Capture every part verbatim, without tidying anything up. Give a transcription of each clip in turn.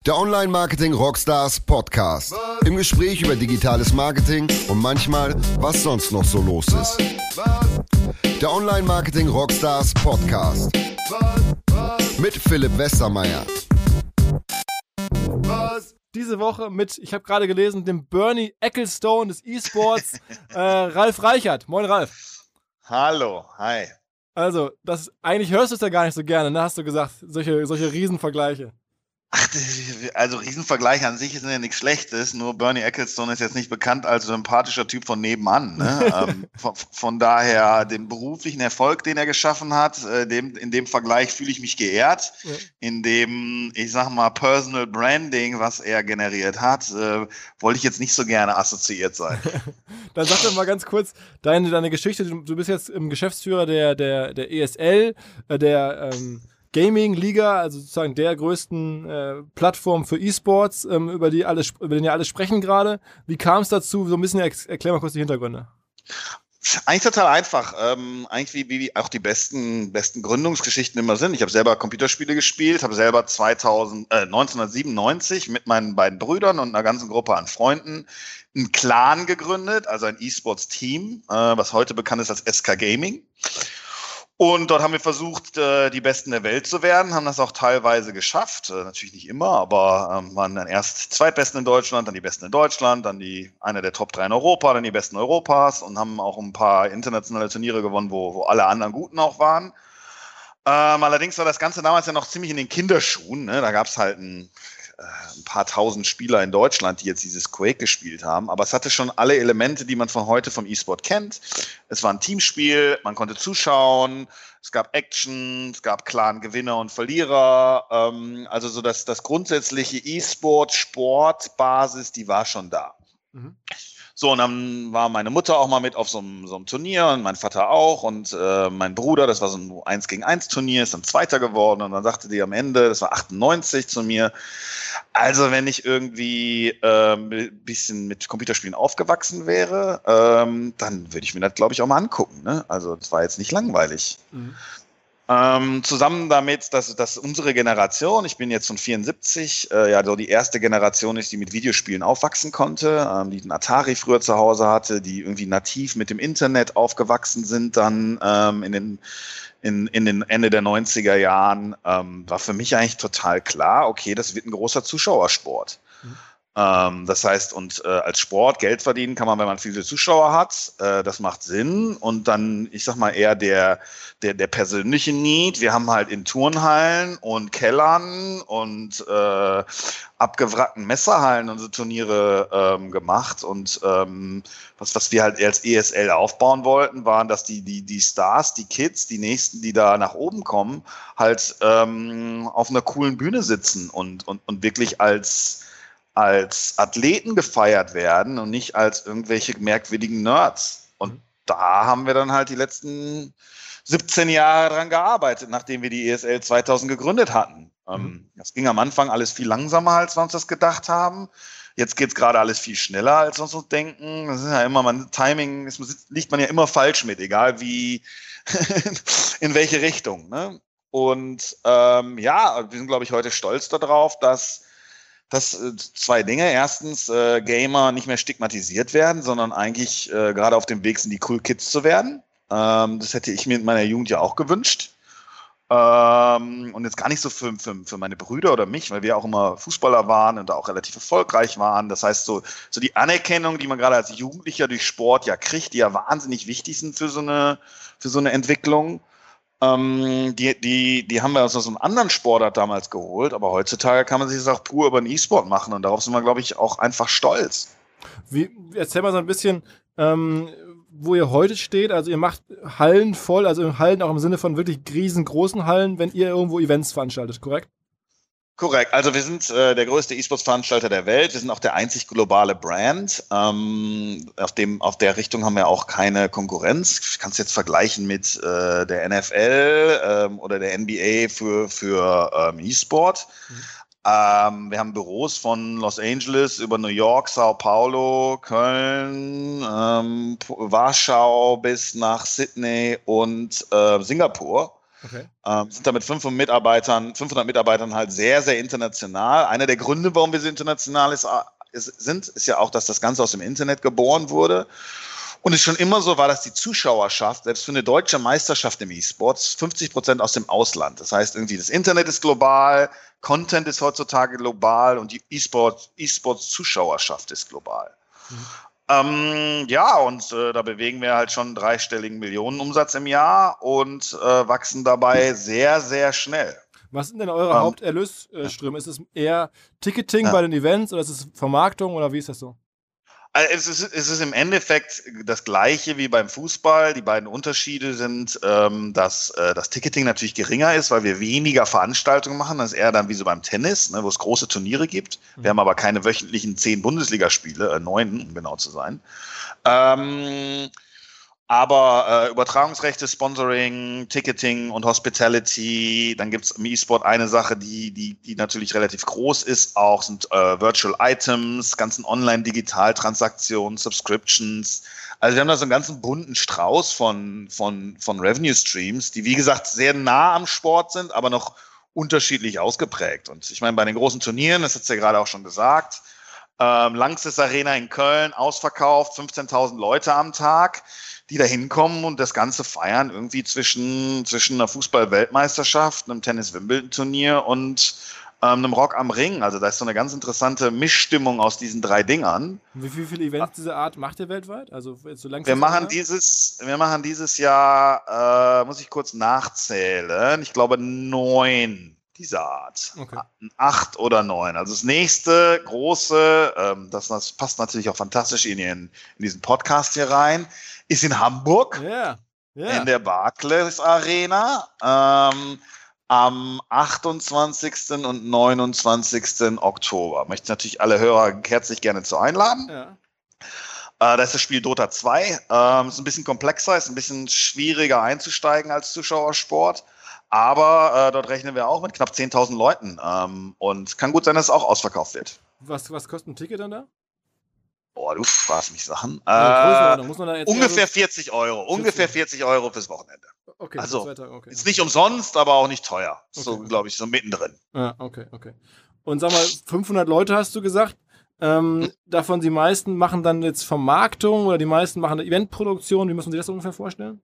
Der Online-Marketing-Rockstars Podcast. Im Gespräch über digitales Marketing und manchmal, was sonst noch so los ist. Der Online-Marketing-Rockstars Podcast. Mit Philipp Westermeier. Diese Woche mit, ich habe gerade gelesen, dem Bernie Ecclestone des E-Sports, äh, Ralf Reichert. Moin Ralf. Hallo, hi. Also, das, eigentlich hörst du es ja gar nicht so gerne, ne? Hast du gesagt, solche, solche Riesenvergleiche. Ach, also Riesenvergleich an sich ist ja nichts Schlechtes, nur Bernie Ecclestone ist jetzt nicht bekannt als sympathischer Typ von nebenan. Ne? ähm, von, von daher, den beruflichen Erfolg, den er geschaffen hat, äh, dem, in dem Vergleich fühle ich mich geehrt. Ja. In dem, ich sag mal, Personal Branding, was er generiert hat, äh, wollte ich jetzt nicht so gerne assoziiert sein. Dann sag doch mal ganz kurz deine, deine Geschichte. Du, du bist jetzt im Geschäftsführer der, der, der E S L, äh, der ähm Gaming-Liga, also sozusagen der größten äh, Plattform für E-Sports, ähm, über die alle, über den ja alle sprechen gerade. Wie kam es dazu? So ein bisschen erk- erklär mal kurz die Hintergründe. Eigentlich total einfach. Ähm, eigentlich wie, wie auch die besten, besten Gründungsgeschichten immer sind. Ich habe selber Computerspiele gespielt, habe selber zweitausend, äh, neunzehnhundertsiebenundneunzig mit meinen beiden Brüdern und einer ganzen Gruppe an Freunden einen Clan gegründet, also ein E-Sports-Team, äh, was heute bekannt ist als S K Gaming. Und dort haben wir versucht, die Besten der Welt zu werden, haben das auch teilweise geschafft. Natürlich nicht immer, aber waren dann erst Zweitbesten in Deutschland, dann die Besten in Deutschland, dann die einer der Top drei in Europa, dann die Besten Europas und haben auch ein paar internationale Turniere gewonnen, wo, wo alle anderen Guten auch waren. Ähm, allerdings war das Ganze damals ja noch ziemlich in den Kinderschuhen. Ne? Da gab es halt ein, ein paar tausend Spieler in Deutschland, die jetzt dieses Quake gespielt haben. Aber es hatte schon alle Elemente, die man von heute vom E-Sport kennt. Es war ein Teamspiel, man konnte zuschauen, es gab Action, es gab klaren Gewinner und Verlierer. Ähm, also so das, das grundsätzliche E-Sport-Sportbasis, die war schon da. Mhm. So, und dann war meine Mutter auch mal mit auf so einem, so einem Turnier und mein Vater auch und äh, mein Bruder, das war so ein eins gegen eins Turnier, ist dann Zweiter geworden und dann sagte die am Ende, das war achtundneunzig zu mir, also wenn ich irgendwie ein äh, bisschen mit Computerspielen aufgewachsen wäre, ähm, dann würde ich mir das, glaube ich, auch mal angucken. Ne? Also das war jetzt nicht langweilig. Mhm. Ähm, zusammen damit, dass, dass unsere Generation, ich bin jetzt von vierundsiebzig, äh, ja so die erste Generation ist, die mit Videospielen aufwachsen konnte, ähm, die einen Atari früher zu Hause hatte, die irgendwie nativ mit dem Internet aufgewachsen sind, dann ähm, in den in, in den Ende der neunziger Jahren, ähm, war für mich eigentlich total klar, okay, das wird ein großer Zuschauersport. Mhm. Ähm, das heißt, und äh, als Sport Geld verdienen kann man, wenn man viele Zuschauer hat. Äh, das macht Sinn. Und dann, ich sag mal, eher der, der, der persönliche Need. Wir haben halt in Turnhallen und Kellern und äh, abgewrackten Messerhallen unsere Turniere ähm, gemacht. Und ähm, was, was wir halt als E S L aufbauen wollten, waren, dass die, die, die Stars, die Kids, die Nächsten, die da nach oben kommen, halt ähm, auf einer coolen Bühne sitzen und, und, und wirklich als als Athleten gefeiert werden und nicht als irgendwelche merkwürdigen Nerds. Und mhm. da haben wir dann halt die letzten siebzehn Jahre dran gearbeitet, nachdem wir die E S L zweitausend gegründet hatten. Mhm. Das ging am Anfang alles viel langsamer, als wir uns das gedacht haben. Jetzt geht es gerade alles viel schneller, als wir uns das denken. Das ist ja immer, man, Timing ist, liegt man ja immer falsch mit, egal wie, in welche Richtung. Ne? Und ähm, ja, wir sind, glaube ich, heute stolz darauf, dass Das äh, zwei Dinge. Erstens, äh, Gamer nicht mehr stigmatisiert werden, sondern eigentlich äh, gerade auf dem Weg sind, die Cool Kids zu werden. Ähm, das hätte ich mir in meiner Jugend ja auch gewünscht. Ähm, und jetzt gar nicht so für, für, für meine Brüder oder mich, weil wir auch immer Fußballer waren und auch relativ erfolgreich waren. Das heißt, so, so die Anerkennung, die man gerade als Jugendlicher durch Sport ja kriegt, die ja wahnsinnig wichtig sind für so eine, für so eine Entwicklung. Ähm, die, die, die haben wir aus einem anderen Sportart damals geholt, aber heutzutage kann man sich das auch pur über den E-Sport machen und darauf sind wir, glaube ich, auch einfach stolz. Wie, erzähl mal so ein bisschen, ähm, wo ihr heute steht. Also ihr macht Hallen voll, also Hallen auch im Sinne von wirklich riesengroßen Hallen, wenn ihr irgendwo Events veranstaltet, korrekt? Korrekt, also wir sind äh, der größte E-Sports-Veranstalter der Welt, wir sind auch der einzig globale Brand, ähm, auf, dem, auf der Richtung haben wir auch keine Konkurrenz, ich kann es jetzt vergleichen mit äh, der N F L ähm, oder der N B A für, für ähm, E-Sport. Mhm. Ähm, wir haben Büros von Los Angeles über New York, Sao Paulo, Köln, ähm, Warschau bis nach Sydney und äh, Singapur. Okay. Ähm, sind da mit fünfhundert Mitarbeitern, fünfhundert Mitarbeitern halt sehr, sehr international. Einer der Gründe, warum wir so international ist, ist, sind, ist ja auch, dass das Ganze aus dem Internet geboren wurde. Und es schon immer so war, dass die Zuschauerschaft, selbst für eine deutsche Meisterschaft im E-Sports, fünfzig Prozent aus dem Ausland. Das heißt, irgendwie das Internet ist global, Content ist heutzutage global und die E-Sports, E-Sports-Zuschauerschaft ist global. Mhm. Ähm, ja, und äh, da bewegen wir halt schon einen dreistelligen Millionenumsatz im Jahr und äh, wachsen dabei sehr, sehr schnell. Was sind denn eure ähm, Haupterlösströme? Ist es eher Ticketing ja. bei den Events oder ist es Vermarktung oder wie ist das so? Es ist, es ist im Endeffekt das Gleiche wie beim Fußball. Die beiden Unterschiede sind, ähm, dass äh, das Ticketing natürlich geringer ist, weil wir weniger Veranstaltungen machen. Das ist eher dann wie so beim Tennis, ne, wo es große Turniere gibt. Mhm. Wir haben aber keine wöchentlichen zehn Bundesligaspiele, äh, neun, um genau zu sein. Ähm, aber äh, Übertragungsrechte, Sponsoring, Ticketing und Hospitality, dann gibt es im E-Sport eine Sache, die, die, die natürlich relativ groß ist, auch sind äh, Virtual Items, ganzen Online-Digital-Transaktionen, Subscriptions. Also wir haben da so einen ganzen bunten Strauß von, von, von Revenue-Streams, die wie gesagt sehr nah am Sport sind, aber noch unterschiedlich ausgeprägt. Und ich meine, bei den großen Turnieren, das hat es ja gerade auch schon gesagt, ähm, Lanxess Arena in Köln, ausverkauft, fünfzehntausend Leute am Tag, die da hinkommen und das Ganze feiern irgendwie zwischen, zwischen einer Fußball-Weltmeisterschaft, einem Tennis-Wimbledon-Turnier und ähm, einem Rock am Ring. Also da ist so eine ganz interessante Mischstimmung aus diesen drei Dingern. Wie, wie viele Events dieser Art macht ihr weltweit? Also jetzt so wir, machen dieses, wir machen dieses Jahr, äh, muss ich kurz nachzählen, ich glaube neun dieser Art. Okay. Acht oder neun. Also das nächste große, ähm, das, das passt natürlich auch fantastisch in, ihren, in diesen Podcast hier rein, ist in Hamburg, yeah. Yeah. in der Barclays Arena, ähm, am achtundzwanzigsten und neunundzwanzigsten Oktober. Möchte natürlich alle Hörer herzlich gerne zu einladen. Ja. Äh, das ist das Spiel Dota zwei. Ähm, ist ein bisschen komplexer, ist ein bisschen schwieriger einzusteigen als Zuschauersport. Aber äh, dort rechnen wir auch mit knapp zehntausend Leuten. Ähm, und kann gut sein, dass es auch ausverkauft wird. Was, was kostet ein Ticket dann da? Boah, du fragst mich Sachen. Also, äh, muss man da jetzt ungefähr vierzig Euro. Ungefähr vierzig Euro fürs Wochenende. Okay, also, zwei Tage, okay. Ist nicht umsonst, aber auch nicht teuer. Okay, so, okay. glaube ich, so mittendrin. Ja, okay, okay. Und sag mal, fünfhundert Leute hast du gesagt. Ähm, hm. Davon die meisten machen dann jetzt Vermarktung oder die meisten machen eine Eventproduktion. Wie muss man sich das ungefähr vorstellen?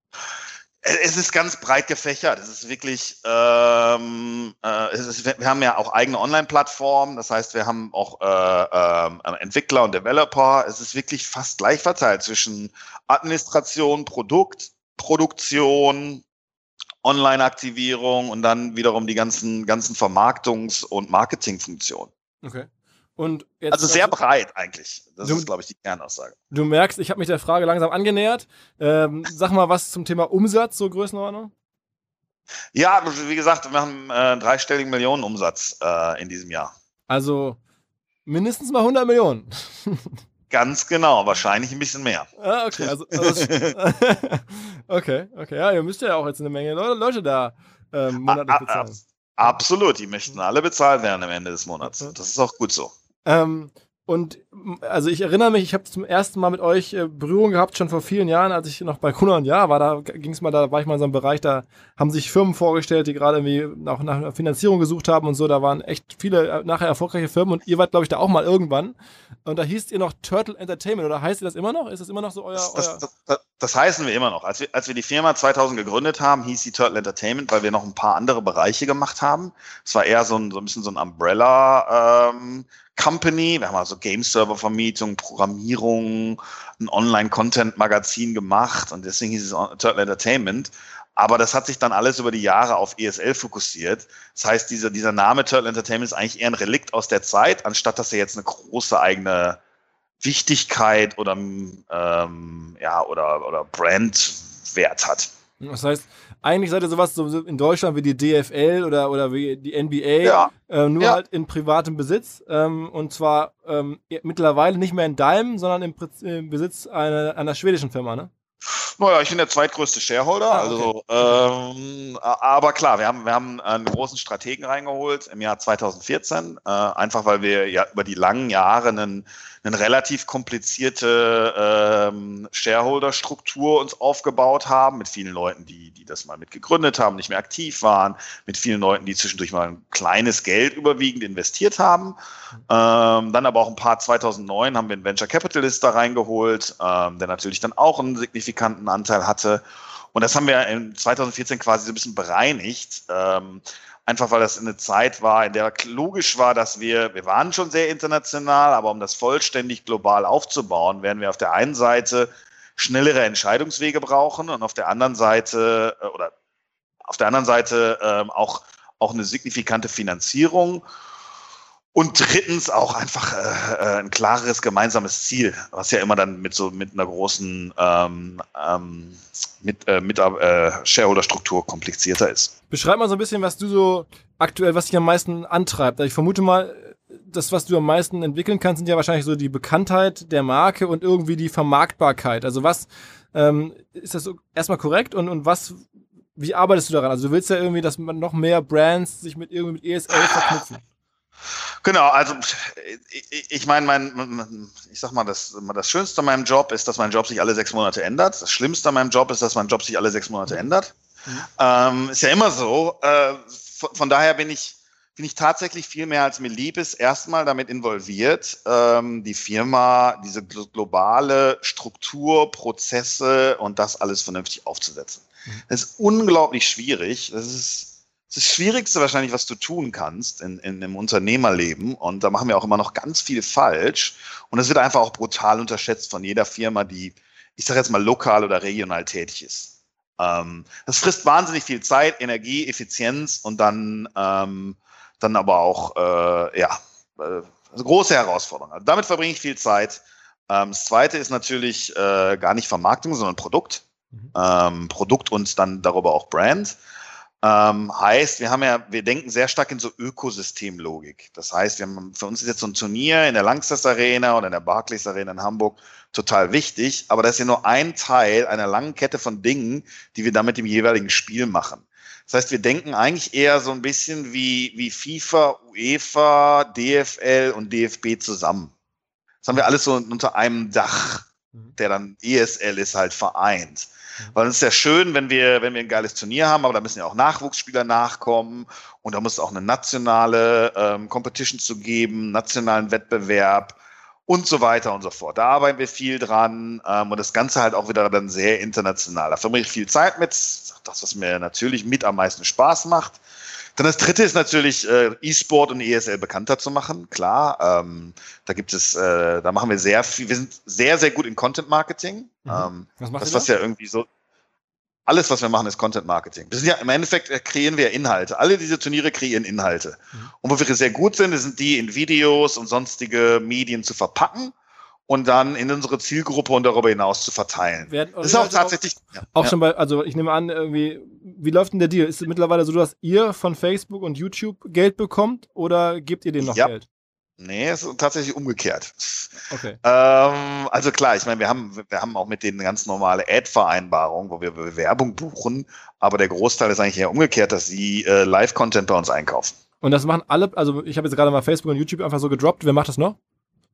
Es ist ganz breit gefächert. Es ist wirklich, ähm, äh, es ist, wir haben ja auch eigene Online-Plattformen. Das heißt, wir haben auch äh, äh, Entwickler und Developer. Es ist wirklich fast gleich verteilt zwischen Administration, Produkt, Produktion, Online-Aktivierung und dann wiederum die ganzen, ganzen Vermarktungs- und Marketingfunktionen. Okay. Und jetzt also sehr breit eigentlich. Das du, ist, glaube ich, die Kernaussage. Du merkst, ich habe mich der Frage langsam angenähert. Ähm, sag mal was zum Thema Umsatz, so Größenordnung. Ja, wie gesagt, wir haben äh, einen dreistelligen Millionenumsatz äh, in diesem Jahr. Also mindestens mal hundert Millionen. Ganz genau, wahrscheinlich ein bisschen mehr. Ah, okay, also, also okay, okay. Ja, ihr müsst ja auch jetzt eine Menge Leute da ähm, monatlich bezahlen. Absolut, die möchten alle bezahlt werden am Ende des Monats. Das ist auch gut so. Ähm, und also ich erinnere mich, ich habe zum ersten Mal mit euch äh, Berührung gehabt, schon vor vielen Jahren, als ich noch bei Kuna und Ja war, da ging's mal, da war ich mal in so einem Bereich, da haben sich Firmen vorgestellt, die gerade irgendwie nach, nach einer Finanzierung gesucht haben und so, da waren echt viele äh, nachher erfolgreiche Firmen und ihr wart, glaube ich, da auch mal irgendwann und da hießt ihr noch Turtle Entertainment oder heißt ihr das immer noch? Ist das immer noch so euer... Das, euer das, das, das heißen wir immer noch. Als wir, als wir die Firma zweitausend gegründet haben, hieß sie Turtle Entertainment, weil wir noch ein paar andere Bereiche gemacht haben. Es war eher so ein, so ein bisschen so ein Umbrella ähm, Company. Wir haben also Game-Server-Vermietung, Programmierung, ein Online-Content-Magazin gemacht und deswegen hieß es Turtle Entertainment. Aber das hat sich dann alles über die Jahre auf E S L fokussiert. Das heißt, dieser, dieser Name Turtle Entertainment ist eigentlich eher ein Relikt aus der Zeit, anstatt dass er jetzt eine große eigene Wichtigkeit oder, ähm, ja, oder, oder Brandwert hat. Das heißt, eigentlich seid ihr sowas so in Deutschland wie die D F L oder, oder wie die N B A, ja. äh, nur ja. halt in privatem Besitz ähm, und zwar ähm, mittlerweile nicht mehr in deinem, sondern im, im Besitz einer, einer schwedischen Firma, ne? Naja, ich bin der zweitgrößte Shareholder, Ah, okay. also ähm, aber klar, wir haben, wir haben einen großen Strategen reingeholt im Jahr zweitausendvierzehn, äh, einfach weil wir ja über die langen Jahre einen, eine relativ komplizierte ähm, Shareholder-Struktur uns aufgebaut haben, mit vielen Leuten, die, die das mal mit gegründet haben, nicht mehr aktiv waren, mit vielen Leuten, die zwischendurch mal ein kleines Geld überwiegend investiert haben. Ähm, dann aber auch ein paar zweitausendneun haben wir einen Venture Capitalist da reingeholt, ähm, der natürlich dann auch einen signifikanten Anteil hatte. Und das haben wir in zweitausendvierzehn quasi so ein bisschen bereinigt, ähm, einfach weil das eine Zeit war, in der logisch war, dass wir, wir waren schon sehr international, aber um das vollständig global aufzubauen, werden wir auf der einen Seite schnellere Entscheidungswege brauchen und auf der anderen Seite, äh, oder auf der anderen Seite ähm, auch, auch eine signifikante Finanzierung. Und drittens auch einfach äh, ein klareres gemeinsames Ziel, was ja immer dann mit so mit einer großen ähm, ähm, mit, äh, mit äh, Shareholder-Struktur komplizierter ist. Beschreib mal so ein bisschen, was du so aktuell, was dich am meisten antreibt. Ich vermute mal, das, was du am meisten entwickeln kannst, sind ja wahrscheinlich so die Bekanntheit der Marke und irgendwie die Vermarktbarkeit. Also was, ähm, ist das so erstmal korrekt und, und was, wie arbeitest du daran? Also du willst ja irgendwie, dass man noch mehr Brands sich mit irgendwie mit E S L verknüpfen. Genau, also ich, ich meine, mein, ich sag mal, das, das Schönste an meinem Job ist, dass mein Job sich alle sechs Monate ändert. Das Schlimmste an meinem Job ist, dass mein Job sich alle sechs Monate ändert. Mhm. Ähm, ist ja immer so. Äh, von, von daher bin ich, bin ich tatsächlich viel mehr, als mir lieb ist, erstmal damit involviert, ähm, die Firma, diese globale Struktur, Prozesse und das alles vernünftig aufzusetzen. Mhm. Das ist unglaublich schwierig. Das ist Das Schwierigste wahrscheinlich, was du tun kannst in, in einem Unternehmerleben. Und da machen wir auch immer noch ganz viel falsch. Und das wird einfach auch brutal unterschätzt von jeder Firma, die, ich sage jetzt mal, lokal oder regional tätig ist. Ähm, das frisst wahnsinnig viel Zeit, Energie, Effizienz und dann, ähm, dann aber auch, äh, ja, äh, also große Herausforderung. Also damit verbringe ich viel Zeit. Ähm, das Zweite ist natürlich äh, gar nicht Vermarktung, sondern Produkt. Mhm. Ähm, Produkt und dann darüber auch Brand. Ähm, heißt, wir haben ja, wir denken sehr stark in so Ökosystemlogik. Das heißt, wir haben, für uns ist jetzt so ein Turnier in der Lanxess Arena oder in der Barclays Arena in Hamburg total wichtig, aber das ist ja nur ein Teil einer langen Kette von Dingen, die wir dann mit dem jeweiligen Spiel machen. Das heißt, wir denken eigentlich eher so ein bisschen wie, wie FIFA, UEFA, D F L und D F B zusammen. Das haben wir alles so unter einem Dach, der dann E S L ist, halt vereint. Weil es ist ja schön, wenn wir, wenn wir ein geiles Turnier haben, aber da müssen ja auch Nachwuchsspieler nachkommen und da muss es auch eine nationale ähm, Competition zu geben, nationalen Wettbewerb und so weiter und so fort. Da arbeiten wir viel dran ähm, und das Ganze halt auch wieder dann sehr international. Da verbringe ich viel Zeit mit, das, was mir natürlich mit am meisten Spaß macht. Dann das dritte ist natürlich, äh, E-Sport und E S L bekannter zu machen. Klar, ähm, da gibt es, äh, da machen wir sehr viel, wir sind sehr, sehr gut in Content Marketing. Mhm. Ähm, was macht das, was ja irgendwie so, alles, was wir machen, ist Content Marketing. Wir sind ja, im Endeffekt kreieren wir Inhalte. Alle diese Turniere kreieren Inhalte. Mhm. Und wo wir sehr gut sind, sind die in Videos und sonstige Medien zu verpacken und dann in unsere Zielgruppe und darüber hinaus zu verteilen. Werden das ist auch tatsächlich auch, ja, auch ja. schon bei, also ich nehme an, irgendwie, wie läuft denn der Deal? Ist es mittlerweile so, dass ihr von Facebook und YouTube Geld bekommt oder gebt ihr denen noch ja. Geld? Nee, es ist tatsächlich umgekehrt. Okay. Ähm, also klar, ich meine, wir haben, wir haben auch mit denen ganz normale Ad-Vereinbarungen, wo wir Werbung buchen, aber der Großteil ist eigentlich eher umgekehrt, dass sie äh, Live-Content bei uns einkaufen. Und das machen alle, also ich habe jetzt gerade mal Facebook und YouTube einfach so gedroppt, wer macht das noch?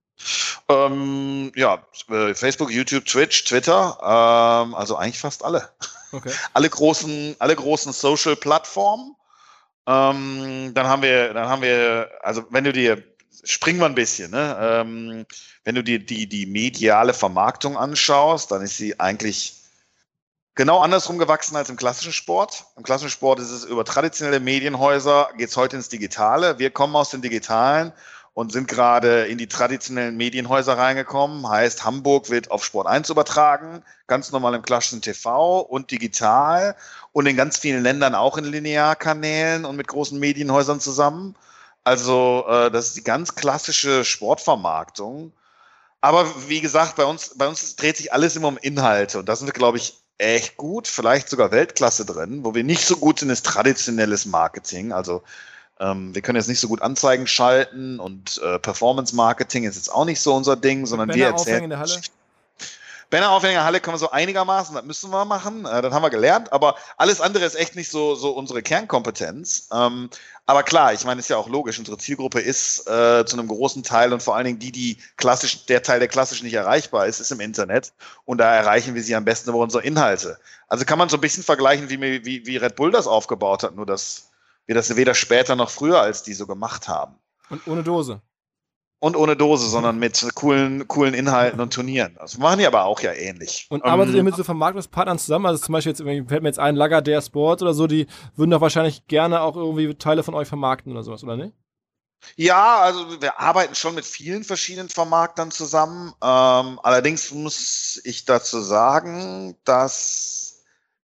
Ähm, ja, Facebook, YouTube, Twitch, Twitter, ähm, also eigentlich fast alle. Okay. alle großen, alle großen Social-Plattformen. Ähm, dann haben wir, dann haben wir, also wenn du dir, springen wir ein bisschen, ne? Ähm, wenn du dir die, die mediale Vermarktung anschaust, dann ist sie eigentlich genau andersrum gewachsen als im klassischen Sport. Im klassischen Sport ist es über traditionelle Medienhäuser, geht es heute ins Digitale. Wir kommen aus dem Digitalen und sind gerade in die traditionellen Medienhäuser reingekommen. Heißt, Hamburg wird auf Sport eins übertragen, ganz normal im klassischen T V und digital und in ganz vielen Ländern auch in Linearkanälen und mit großen Medienhäusern zusammen. Also äh, das ist die ganz klassische Sportvermarktung. Aber wie gesagt, bei uns, bei uns dreht sich alles immer um Inhalte und da sind wir, glaube ich, echt gut, vielleicht sogar Weltklasse drin. Wo wir nicht so gut sind, ist traditionelles Marketing. Also ähm, wir können jetzt nicht so gut Anzeigen schalten und äh, Performance-Marketing ist jetzt auch nicht so unser Ding, sondern wir erzählen... in der Halle? Banneraufhänger Halle können wir so einigermaßen, das müssen wir machen, äh, das haben wir gelernt, aber alles andere ist echt nicht so, so unsere Kernkompetenz. Ähm, aber klar, ich meine, ist ja auch logisch, unsere Zielgruppe ist äh, zu einem großen Teil und vor allen Dingen die, die klassisch, der Teil, der klassisch nicht erreichbar ist, ist im Internet und da erreichen wir sie am besten über unsere Inhalte. Also kann man so ein bisschen vergleichen, wie, wie, wie Red Bull das aufgebaut hat, nur dass wir das weder später noch früher als die so gemacht haben. Und ohne Dose. Und ohne Dose, sondern mit coolen, coolen Inhalten und Turnieren. Das machen die aber auch ja ähnlich. Und arbeitet ähm, ihr mit so Vermarktungspartnern zusammen? Also zum Beispiel, jetzt fällt mir jetzt ein, Lagardère Sport oder so, die würden doch wahrscheinlich gerne auch irgendwie Teile von euch vermarkten oder sowas, oder nicht? Ja, also wir arbeiten schon mit vielen verschiedenen Vermarktern zusammen. Ähm, allerdings muss ich dazu sagen, dass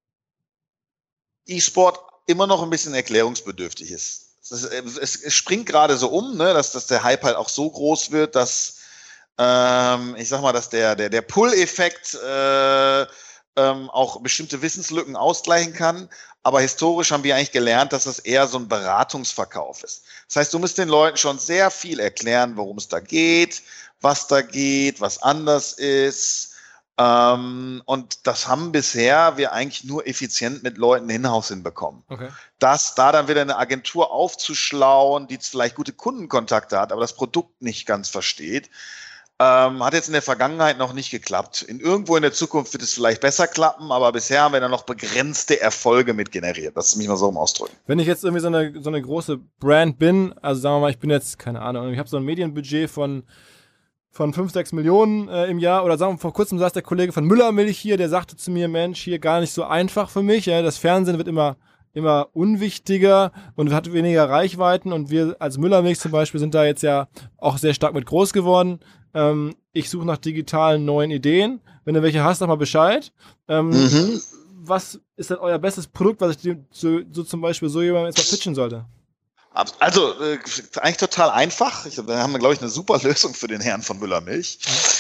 E-Sport immer noch ein bisschen erklärungsbedürftig ist. Es, es, es springt gerade so um, ne, dass, dass der Hype halt auch so groß wird, dass ähm, ich sag mal, dass der, der, der Pull-Effekt äh, ähm, auch bestimmte Wissenslücken ausgleichen kann. Aber historisch haben wir eigentlich gelernt, dass das eher so ein Beratungsverkauf ist. Das heißt, du musst den Leuten schon sehr viel erklären, worum es da geht, was da geht, was anders ist. Ähm, und das haben bisher wir eigentlich nur effizient mit Leuten in-house hinbekommen. Okay. Das, da dann wieder eine Agentur aufzuschlauen, die vielleicht gute Kundenkontakte hat, aber das Produkt nicht ganz versteht, ähm, hat jetzt in der Vergangenheit noch nicht geklappt. In irgendwo in der Zukunft wird es vielleicht besser klappen, aber bisher haben wir da noch begrenzte Erfolge mit generiert. Das ist mich mal so im Ausdrücken. Wenn ich jetzt irgendwie so eine, so eine große Brand bin, also sagen wir mal, ich bin jetzt, keine Ahnung, ich habe so ein Medienbudget von von fünf, sechs Millionen äh, im Jahr, oder sagen wir, vor kurzem saß der Kollege von Müllermilch hier, der sagte zu mir, Mensch, hier gar nicht so einfach für mich, ja, das Fernsehen wird immer, immer unwichtiger und hat weniger Reichweiten und wir als Müllermilch zum Beispiel sind da jetzt ja auch sehr stark mit groß geworden. Ähm, ich suche nach digitalen neuen Ideen. Wenn du welche hast, sag mal Bescheid. Ähm, mhm. Was ist denn euer bestes Produkt, was ich dir so, so zum Beispiel so jemandem jetzt mal pitchen sollte? Also, äh, eigentlich total einfach. Ich, da haben wir, glaube ich, eine super Lösung für den Herrn von Müllermilch.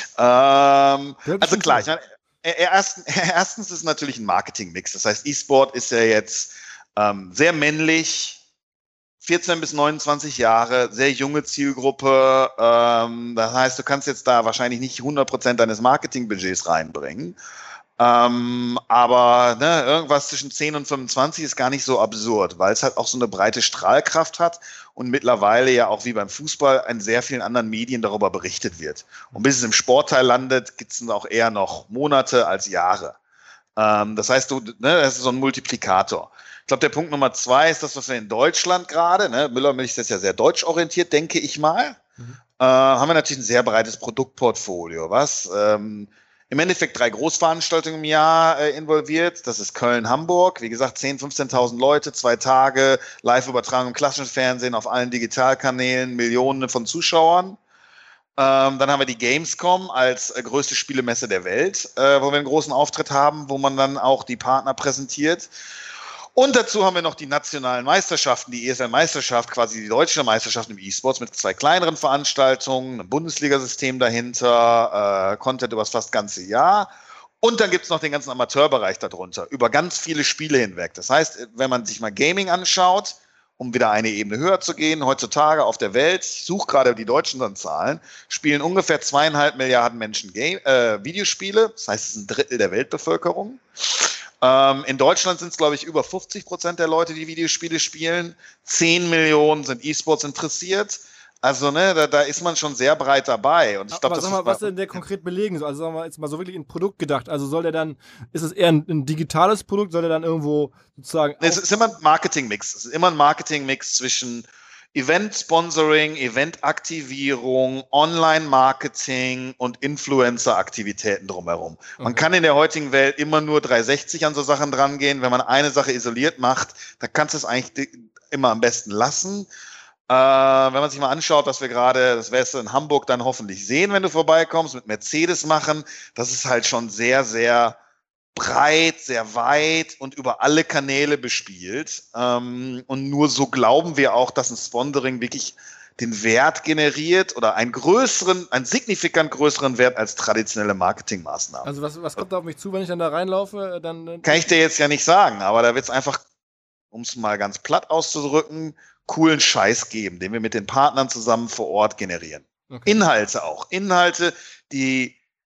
Ähm, also klar, ich meine, erstens, erstens ist es natürlich ein Marketingmix. Das heißt, E-Sport ist ja jetzt ähm, sehr männlich, vierzehn bis neunundzwanzig Jahre, sehr junge Zielgruppe. Ähm, das heißt, du kannst jetzt da wahrscheinlich nicht hundert Prozent deines Marketingbudgets reinbringen. Ähm, aber ne, irgendwas zwischen zehn und fünfundzwanzig ist gar nicht so absurd, weil es halt auch so eine breite Strahlkraft hat und mittlerweile ja auch wie beim Fußball in sehr vielen anderen Medien darüber berichtet wird. Und bis es im Sportteil landet, gibt es auch eher noch Monate als Jahre. Ähm, das heißt, du, ne, das ist so ein Multiplikator. Ich glaube, der Punkt Nummer zwei ist das, was wir in Deutschland gerade, ne, Müllermilch ist ja sehr deutschorientiert, denke ich mal, mhm. äh, haben wir natürlich ein sehr breites Produktportfolio, was ähm, im Endeffekt drei Großveranstaltungen im Jahr äh, involviert. Das ist Köln, Hamburg. Wie gesagt, zehntausend, fünfzehntausend Leute, zwei Tage, Live-Übertragung im klassischen Fernsehen, auf allen Digitalkanälen, Millionen von Zuschauern. Ähm, dann haben wir die Gamescom als äh, größte Spielemesse der Welt, äh, wo wir einen großen Auftritt haben, wo man dann auch die Partner präsentiert. Und dazu haben wir noch die nationalen Meisterschaften, die E S L-Meisterschaft, quasi die deutsche Meisterschaft im E-Sports mit zwei kleineren Veranstaltungen, einem Bundesliga-System dahinter, äh, Content über das fast ganze Jahr. Und dann gibt es noch den ganzen Amateurbereich darunter, über ganz viele Spiele hinweg. Das heißt, wenn man sich mal Gaming anschaut, um wieder eine Ebene höher zu gehen, heutzutage auf der Welt, ich suche gerade die deutschen Zahlen, spielen ungefähr zweieinhalb Milliarden Menschen Game, äh, Videospiele. Das heißt, es ist ein Drittel der Weltbevölkerung. Ähm, in Deutschland sind es, glaube ich, über fünfzig Prozent der Leute, die Videospiele spielen. zehn Millionen sind E-Sports interessiert. Also, ne, da, da ist man schon sehr breit dabei. Und ich glaube, das sag mal, was denn der konkret belegen soll? Also, sagen wir jetzt mal so wirklich ein Produkt gedacht. Also, soll der dann, ist es eher ein, ein digitales Produkt? Soll der dann irgendwo sozusagen. Es ist immer ein Marketingmix. Es ist immer ein Marketingmix zwischen Event-Sponsoring, Event-Aktivierung, Online-Marketing und Influencer-Aktivitäten drumherum. Okay. Man kann in der heutigen Welt immer nur dreihundertsechzig an so Sachen drangehen. Wenn man eine Sache isoliert macht, dann kannst du es eigentlich immer am besten lassen. Äh, wenn man sich mal anschaut, was wir gerade, das wirst du in Hamburg dann hoffentlich sehen, wenn du vorbeikommst, mit Mercedes machen, das ist halt schon sehr, sehr breit, sehr weit und über alle Kanäle bespielt. Ähm, und nur so glauben wir auch, dass ein Sponsoring wirklich den Wert generiert oder einen größeren, einen signifikant größeren Wert als traditionelle Marketingmaßnahmen. Also was, was kommt da auf mich zu, wenn ich dann da reinlaufe? Dann, dann Kann ich dir jetzt ja nicht sagen, aber da wird es einfach, um es mal ganz platt auszudrücken, coolen Scheiß geben, den wir mit den Partnern zusammen vor Ort generieren. Okay. Inhalte auch. Inhalte, die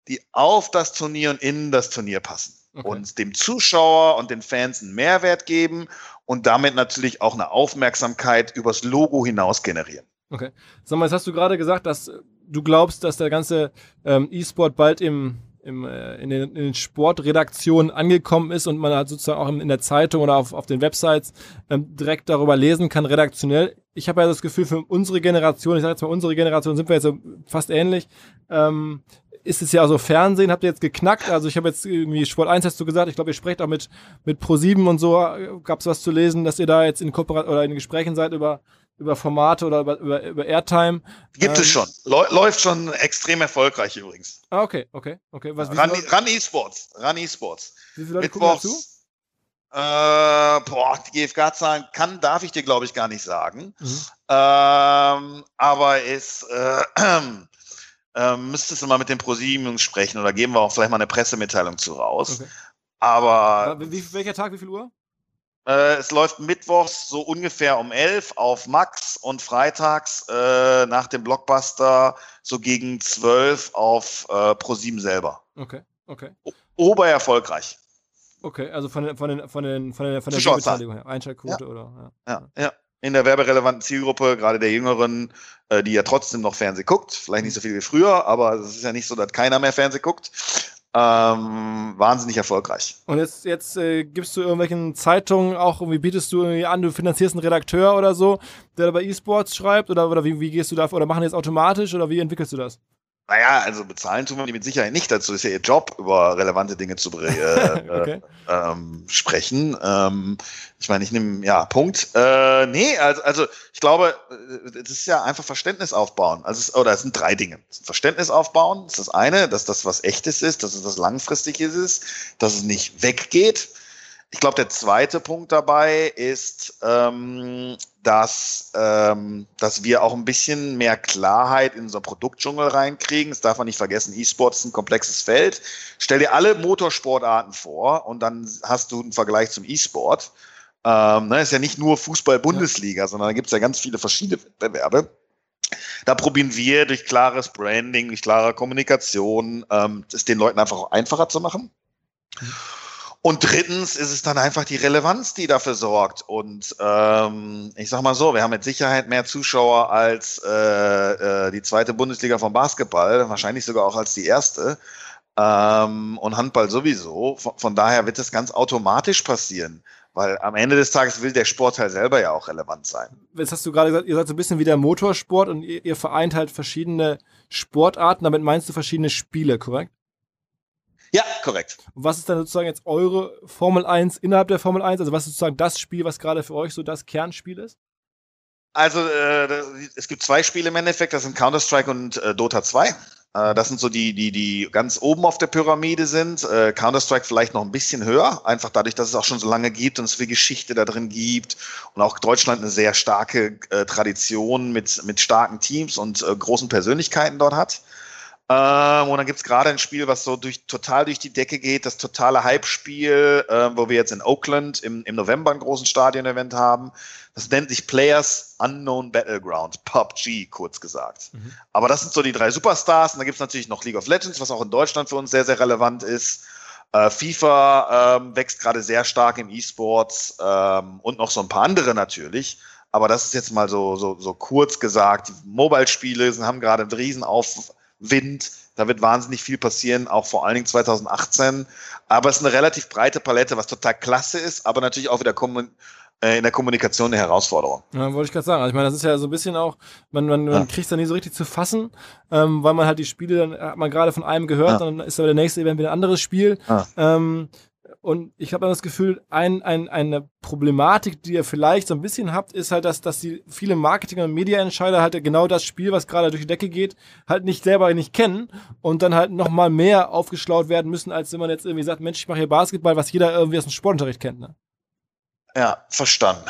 die auf das Turnier und in das Turnier passen. Okay. Und dem Zuschauer und den Fans einen Mehrwert geben und damit natürlich auch eine Aufmerksamkeit übers Logo hinaus generieren. Okay. Sag mal, jetzt hast du gerade gesagt, dass du glaubst, dass der ganze ähm, E-Sport bald im, im, äh, in, den, in den Sportredaktionen angekommen ist und man halt sozusagen auch in der Zeitung oder auf, auf den Websites ähm, direkt darüber lesen kann, redaktionell. Ich habe ja das Gefühl, für unsere Generation, ich sage jetzt mal, unsere Generation sind wir jetzt so fast ähnlich, ähm, ist es ja so Fernsehen, habt ihr jetzt geknackt, also ich habe jetzt irgendwie Sport eins hast du gesagt, ich glaube, ihr sprecht auch mit, mit ProSieben und so, gab es was zu lesen, dass ihr da jetzt in Kooperat- oder in Gesprächen seid über über Formate oder über, über, über Airtime. Gibt ähm, es schon. Läuft schon extrem erfolgreich übrigens. Ah, okay, okay, okay. Was, wie Run, viele Leute, Run E-Sports. Run E-Sports. wie viele Leute gucken dazu? Mittwochs, äh, boah, die G F K-Zahlen kann, darf ich dir, glaube ich, gar nicht sagen. Mhm. Ähm, aber es äh, äh, müsstest du mal mit den ProSieben sprechen oder geben wir auch vielleicht mal eine Pressemitteilung zu raus. Okay. Aber Wie, wie, welcher Tag, wie viel Uhr? Äh, es läuft mittwochs so ungefähr um elf auf Max und freitags äh, nach dem Blockbuster so gegen zwölf auf äh, ProSieben selber. Okay, okay. O- Ober erfolgreich. Okay, also von den, von den, von den, von der, von der Zuschauerzahlen. Beteiligung her, Einschaltquote Ja. oder, Ja, ja. In der werberelevanten Zielgruppe, gerade der Jüngeren, äh, die ja trotzdem noch Fernsehen guckt. Vielleicht nicht so viel wie früher, aber es ist ja nicht so, dass keiner mehr Fernsehen guckt. Ähm, wahnsinnig erfolgreich. Und jetzt, jetzt äh, gibst du irgendwelchen Zeitungen auch, irgendwie bietest du irgendwie an, du finanzierst einen Redakteur oder so, der bei E-Sports schreibt oder, oder wie, wie gehst du da, oder machen die das automatisch oder wie entwickelst du das? Naja, also bezahlen tun wir die mit Sicherheit nicht. Dazu ist ja ihr Job, über relevante Dinge zu äh, okay. äh, ähm, sprechen. Ähm, ich meine, ich nehme, ja, Punkt. Äh, nee, also, also ich glaube, es ist ja einfach Verständnis aufbauen. Also es, oder es sind drei Dinge. Es ist Verständnis aufbauen, das ist das eine, dass das was Echtes ist, dass es was Langfristiges ist, dass es nicht weggeht. Ich glaube, der zweite Punkt dabei ist, ähm, dass, ähm, dass wir auch ein bisschen mehr Klarheit in unser Produktdschungel reinkriegen. Das darf man nicht vergessen, E-Sport ist ein komplexes Feld. Stell dir alle Motorsportarten vor und dann hast du einen Vergleich zum E-Sport. Ähm, ne, ist ja nicht nur Fußball-Bundesliga, sondern da gibt es ja ganz viele verschiedene Wettbewerbe. Da probieren wir durch klares Branding, durch klare Kommunikation, ähm, es den Leuten einfach auch einfacher zu machen. Mhm. Und drittens ist es dann einfach die Relevanz, die dafür sorgt. Und ähm, ich sag mal so, wir haben mit Sicherheit mehr Zuschauer als äh, äh, die zweite Bundesliga vom Basketball, wahrscheinlich sogar auch als die erste. Ähm, und Handball sowieso. Von, von daher wird das ganz automatisch passieren. Weil am Ende des Tages will der Sportteil selber ja auch relevant sein. Jetzt hast du gerade gesagt, ihr seid so ein bisschen wie der Motorsport und ihr, ihr vereint halt verschiedene Sportarten. Damit meinst du verschiedene Spiele, korrekt? Ja, korrekt. Und was ist dann sozusagen jetzt eure Formel eins innerhalb der Formel eins? Also was ist sozusagen das Spiel, was gerade für euch so das Kernspiel ist? Also äh, es gibt zwei Spiele im Endeffekt, das sind Counter-Strike und äh, Dota zwei. Äh, das sind so die, die, die ganz oben auf der Pyramide sind. Äh, Counter-Strike vielleicht noch ein bisschen höher, einfach dadurch, dass es auch schon so lange gibt und es viel Geschichte da drin gibt. Und auch Deutschland eine sehr starke äh, Tradition mit, mit starken Teams und äh, großen Persönlichkeiten dort hat. Ähm, und dann gibt's gerade ein Spiel, was so durch, total durch die Decke geht, das totale Hype-Spiel, äh, wo wir jetzt in Oakland im, im November einen großen Stadion-Event haben. Das nennt sich Players Unknown Battleground, P U B G, kurz gesagt. Mhm. Aber das sind so die drei Superstars. Und dann gibt's natürlich noch League of Legends, was auch in Deutschland für uns sehr, sehr relevant ist. Äh, FIFA ähm, wächst gerade sehr stark im E-Sports ähm, und noch so ein paar andere natürlich. Aber das ist jetzt mal so, so, so kurz gesagt. Die Mobile-Spiele haben gerade einen riesen Auf Wind, da wird wahnsinnig viel passieren, auch vor allen Dingen zwanzig achtzehn. Aber es ist eine relativ breite Palette, was total klasse ist, aber natürlich auch wieder kommun- äh, in der Kommunikation eine Herausforderung. Ja, wollte ich gerade sagen. Also ich meine, das ist ja so ein bisschen auch, man, man, man ja. kriegt es dann nie so richtig zu fassen, ähm, weil man halt die Spiele, dann hat man gerade von einem gehört, ja. dann ist aber der nächste Event wieder ein anderes Spiel. Ja. Ähm, Und ich habe das Gefühl, ein, ein, eine Problematik, die ihr vielleicht so ein bisschen habt, ist halt, dass, dass die viele Marketing- und Mediaentscheider halt genau das Spiel, was gerade durch die Decke geht, halt nicht selber nicht kennen und dann halt nochmal mehr aufgeschlaut werden müssen, als wenn man jetzt irgendwie sagt, Mensch, ich mache hier Basketball, was jeder irgendwie aus dem Sportunterricht kennt. Ne? Ja, verstanden.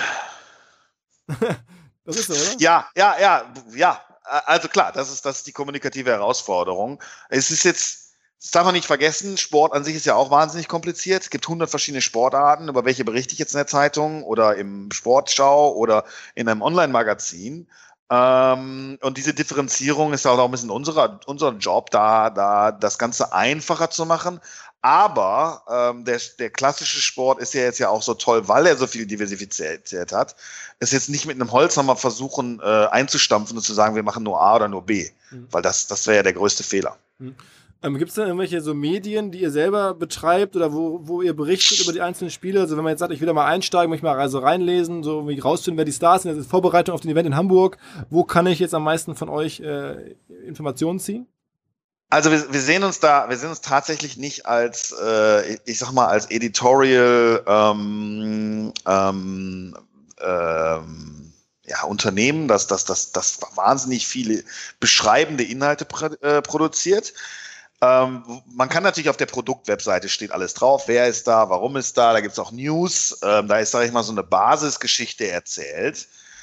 Das ist so, oder? Ja, ja, ja, ja. Also klar, das ist, das ist die kommunikative Herausforderung. Es ist jetzt Das darf man nicht vergessen, Sport an sich ist ja auch wahnsinnig kompliziert. Es gibt hundert verschiedene Sportarten, über welche berichte ich jetzt in der Zeitung oder im Sportschau oder in einem Online-Magazin. Ähm, und diese Differenzierung ist halt auch ein bisschen unserer, unser Job, da, da das Ganze einfacher zu machen. Aber ähm, der, der klassische Sport ist ja jetzt ja auch so toll, weil er so viel Diversifizität hat. Es jetzt nicht mit einem Holzhammer versuchen äh, einzustampfen und zu sagen, wir machen nur A oder nur B. Mhm. Weil das, das wäre ja der größte Fehler. Mhm. Ähm, Gibt es denn irgendwelche so Medien, die ihr selber betreibt oder wo, wo ihr berichtet über die einzelnen Spiele? Also wenn man jetzt sagt, ich will da mal einsteigen, möchte mal also reinlesen, so irgendwie rausfinden, wer die Stars sind, das ist Vorbereitung auf den Event in Hamburg. Wo kann ich jetzt am meisten von euch äh, Informationen ziehen? Also wir, wir sehen uns da, wir sehen uns tatsächlich nicht als, äh, ich sag mal, als Editorial ähm, ähm, ähm, ja, Unternehmen, das, das, das, das wahnsinnig viele beschreibende Inhalte pr- äh, produziert. Ähm, man kann natürlich auf der Produktwebseite steht alles drauf, wer ist da, warum ist da, da gibt es auch News, ähm, da ist, sage ich mal, so eine Basisgeschichte erzählt.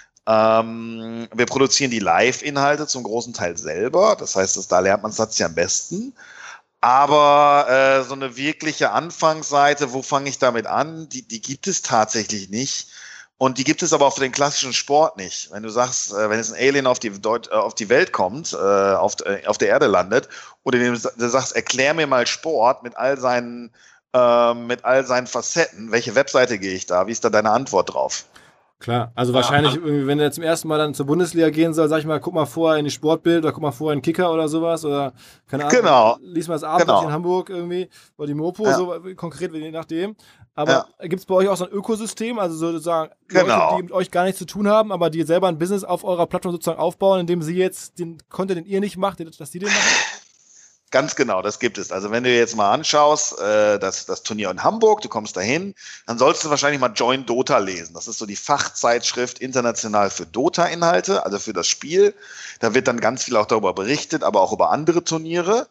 Ähm, wir produzieren die Live-Inhalte zum großen Teil selber, das heißt, dass, da lernt man es ja am besten. Aber äh, so eine wirkliche Anfangsseite, wo fange ich damit an, die, die gibt es tatsächlich nicht. Und die gibt es aber auch für den klassischen Sport nicht. Wenn du sagst, äh, wenn jetzt ein Alien auf die, Deut- äh, auf die Welt kommt, äh, auf, äh, auf der Erde landet, oder du sagst, erklär mir mal Sport mit all seinen, äh, mit all seinen Facetten, welche Webseite gehe ich da? Wie ist da deine Antwort drauf? Klar, also wahrscheinlich, ja, wenn er zum ersten Mal dann zur Bundesliga gehen soll, sag ich mal, guck mal vorher in die Sportbild oder guck mal vorher in den Kicker oder sowas oder keine Ahnung, genau. lies mal das Abendblatt genau. in Hamburg irgendwie oder die Mopo, ja. so konkret, je nachdem. Aber ja. gibt es bei euch auch so ein Ökosystem, also sozusagen genau. Leute, die mit euch gar nichts zu tun haben, aber die selber ein Business auf eurer Plattform sozusagen aufbauen, indem sie jetzt den Content, den ihr nicht macht, dass die den machen? Ganz genau, das gibt es. Also wenn du jetzt mal anschaust, äh, das, das Turnier in Hamburg, du kommst dahin, dann sollst du wahrscheinlich mal Join Dota lesen. Das ist so die Fachzeitschrift international für Dota-Inhalte, also für das Spiel. Da wird dann ganz viel auch darüber berichtet, aber auch über andere Turniere.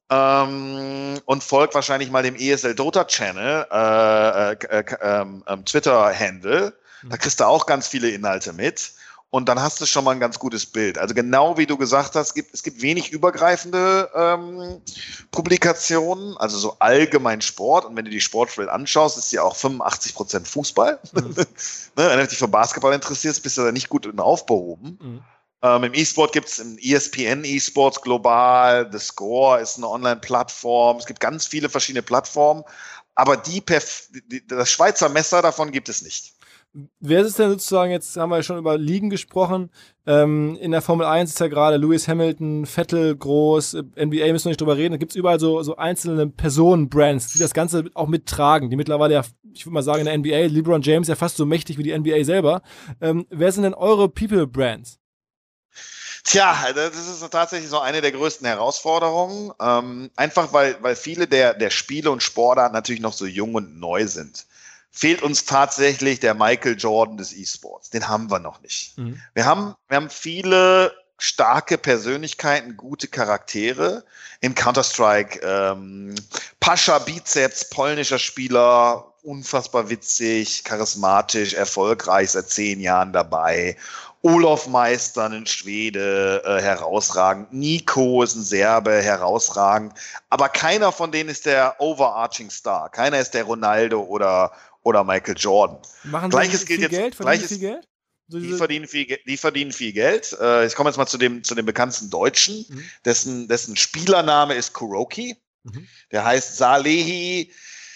Ähm, und folgt wahrscheinlich mal dem E S L Dota Channel, äh, äh, äh, äh, Twitter-Handle. Da kriegst du auch ganz viele Inhalte mit. Und dann hast du schon mal ein ganz gutes Bild. Also genau wie du gesagt hast, gibt, es gibt wenig übergreifende ähm, Publikationen, also so allgemein Sport. Und wenn du die Sportwelt anschaust, ist ja auch fünfundachtzig Prozent Fußball. Mhm. ne, wenn du dich für Basketball interessierst, bist du da nicht gut aufbehoben. Mhm. Ähm, Im E-Sport gibt es im E S P N E-Sports global, The Score ist eine Online-Plattform. Es gibt ganz viele verschiedene Plattformen, aber die, Perf- die das Schweizer Messer davon gibt es nicht. Wer ist es denn sozusagen, jetzt haben wir ja schon über Ligen gesprochen, ähm, in der Formel eins ist ja gerade Lewis Hamilton, Vettel groß, N B A müssen wir nicht drüber reden, da gibt es überall so, so einzelne Personen-Brands, die das Ganze auch mittragen, die mittlerweile ja, ich würde mal sagen, in der N B A, LeBron James ja fast so mächtig wie die N B A selber. Ähm, wer sind denn eure People-Brands? Tja, das ist tatsächlich so eine der größten Herausforderungen, ähm, einfach weil, weil viele der, der Spiele und Sportarten natürlich noch so jung und neu sind. Fehlt uns tatsächlich der Michael Jordan des E-Sports. Den haben wir noch nicht. Mhm. Wir haben, wir haben viele starke Persönlichkeiten, gute Charaktere. Im Counter-Strike, ähm, Pascha Bizeps, polnischer Spieler, unfassbar witzig, charismatisch, erfolgreich, seit zehn Jahren dabei. Olof Meister, ein Schwede, äh, herausragend. Nico ist ein Serbe, herausragend. Aber keiner von denen ist der overarching Star. Keiner ist der Ronaldo oder oder Michael Jordan. Machen Gleiches Sie gilt viel jetzt, Geld? Verdienen Gleiches, viel Geld? So die, verdienen viel, die verdienen viel Geld. Äh, ich komme jetzt mal zu dem, zu dem bekannten Deutschen, mhm. dessen, dessen Spielername ist Kuroki. Mhm. Der heißt Salehi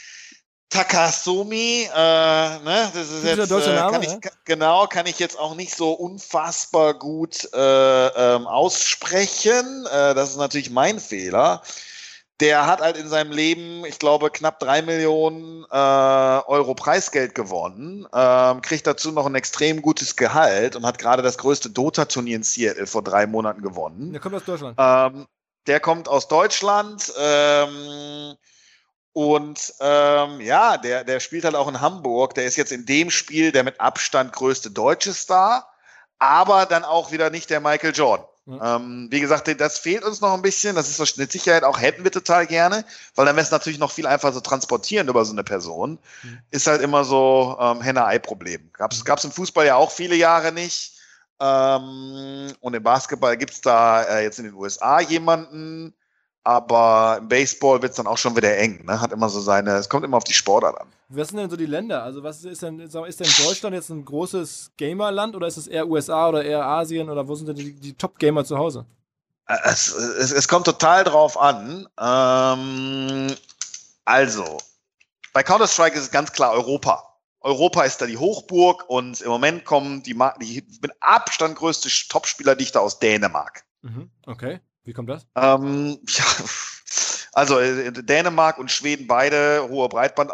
Takasumi. Äh, ne? Das ist jetzt, deutsche Name, kann ich, ja? genau, kann ich jetzt auch nicht so unfassbar gut äh, ähm, aussprechen. Äh, das ist natürlich mein Fehler. Der hat halt in seinem Leben, ich glaube, knapp drei Millionen äh, Euro Preisgeld gewonnen, ähm, kriegt dazu noch ein extrem gutes Gehalt und hat gerade das größte Dota-Turnier in Seattle vor drei Monaten gewonnen. Der kommt aus Deutschland. Ähm, der kommt aus Deutschland ähm, und ähm, ja, der, der spielt halt auch in Hamburg. Der ist jetzt in dem Spiel der mit Abstand größte deutsche Star, aber dann auch wieder nicht der Michael Jordan. Ja. Ähm, wie gesagt, das fehlt uns noch ein bisschen. Das ist so mit Sicherheit auch, hätten wir total gerne, weil dann wäre es natürlich noch viel einfacher zu transportieren über so eine Person. Mhm. Ist halt immer so ähm, Henne-Ei-Problem. Gab es mhm. im Fußball ja auch viele Jahre nicht. Ähm, und im Basketball gibt es da äh, jetzt in den U S A jemanden, aber im Baseball wird es dann auch schon wieder eng. Ne? Hat immer so seine, es kommt immer auf die Sportart an. Was sind denn so die Länder? Also was ist denn, ist denn Deutschland jetzt ein großes Gamerland oder ist es eher U S A oder eher Asien oder wo sind denn die, die Top-Gamer zu Hause? Es, es, es kommt total drauf an. Ähm, also, bei Counter-Strike ist es ganz klar Europa. Europa ist da die Hochburg und im Moment kommen die, die mit Abstand größte Topspielerdichte aus Dänemark. Mhm. Okay, wie kommt das? Ähm, ja, also Dänemark und Schweden beide, hoher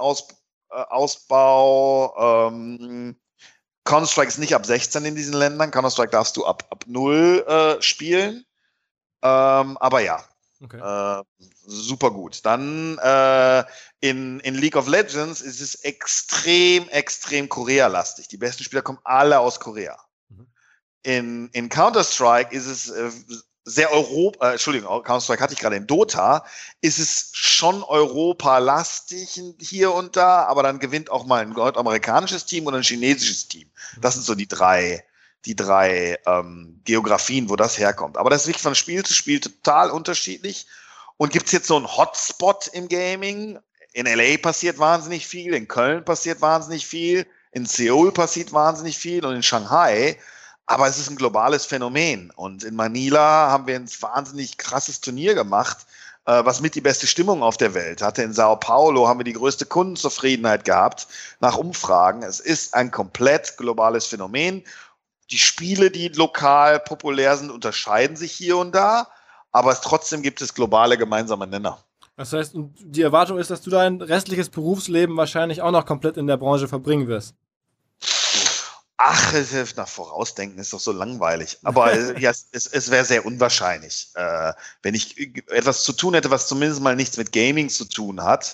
Breitbandausbau. Ähm, Counter-Strike ist nicht ab sechzehn in diesen Ländern. Counter-Strike darfst du ab, ab null äh, spielen. Ähm, aber ja, okay. äh, super gut. Dann äh, in, in League of Legends ist es extrem, extrem Korea-lastig. Die besten Spieler kommen alle aus Korea. Mhm. In, in Counter-Strike ist es äh, sehr Europa, äh, Entschuldigung, Counter-Strike hatte ich gerade, in Dota ist es schon Europa-lastig hier und da, aber dann gewinnt auch mal ein amerikanisches Team oder ein chinesisches Team. Das sind so die drei die drei ähm, Geografien, wo das herkommt. Aber das ist wirklich von Spiel zu Spiel total unterschiedlich. Und gibt es jetzt so einen Hotspot im Gaming? In L A passiert wahnsinnig viel, in Köln passiert wahnsinnig viel, in Seoul passiert wahnsinnig viel und in Shanghai. Aber es ist ein globales Phänomen. Und in Manila haben wir ein wahnsinnig krasses Turnier gemacht, äh, was mit die beste Stimmung auf der Welt hatte. In Sao Paulo haben wir die größte Kundenzufriedenheit gehabt nach Umfragen. Es ist ein komplett globales Phänomen. Die Spiele, die lokal populär sind, unterscheiden sich hier und da, aber es, trotzdem gibt es globale gemeinsame Nenner. Das heißt, die Erwartung ist, dass du dein restliches Berufsleben wahrscheinlich auch noch komplett in der Branche verbringen wirst. Ach, nach Vorausdenken ist doch so langweilig. Aber ja, es, es wäre sehr unwahrscheinlich, äh, wenn ich etwas zu tun hätte, was zumindest mal nichts mit Gaming zu tun hat.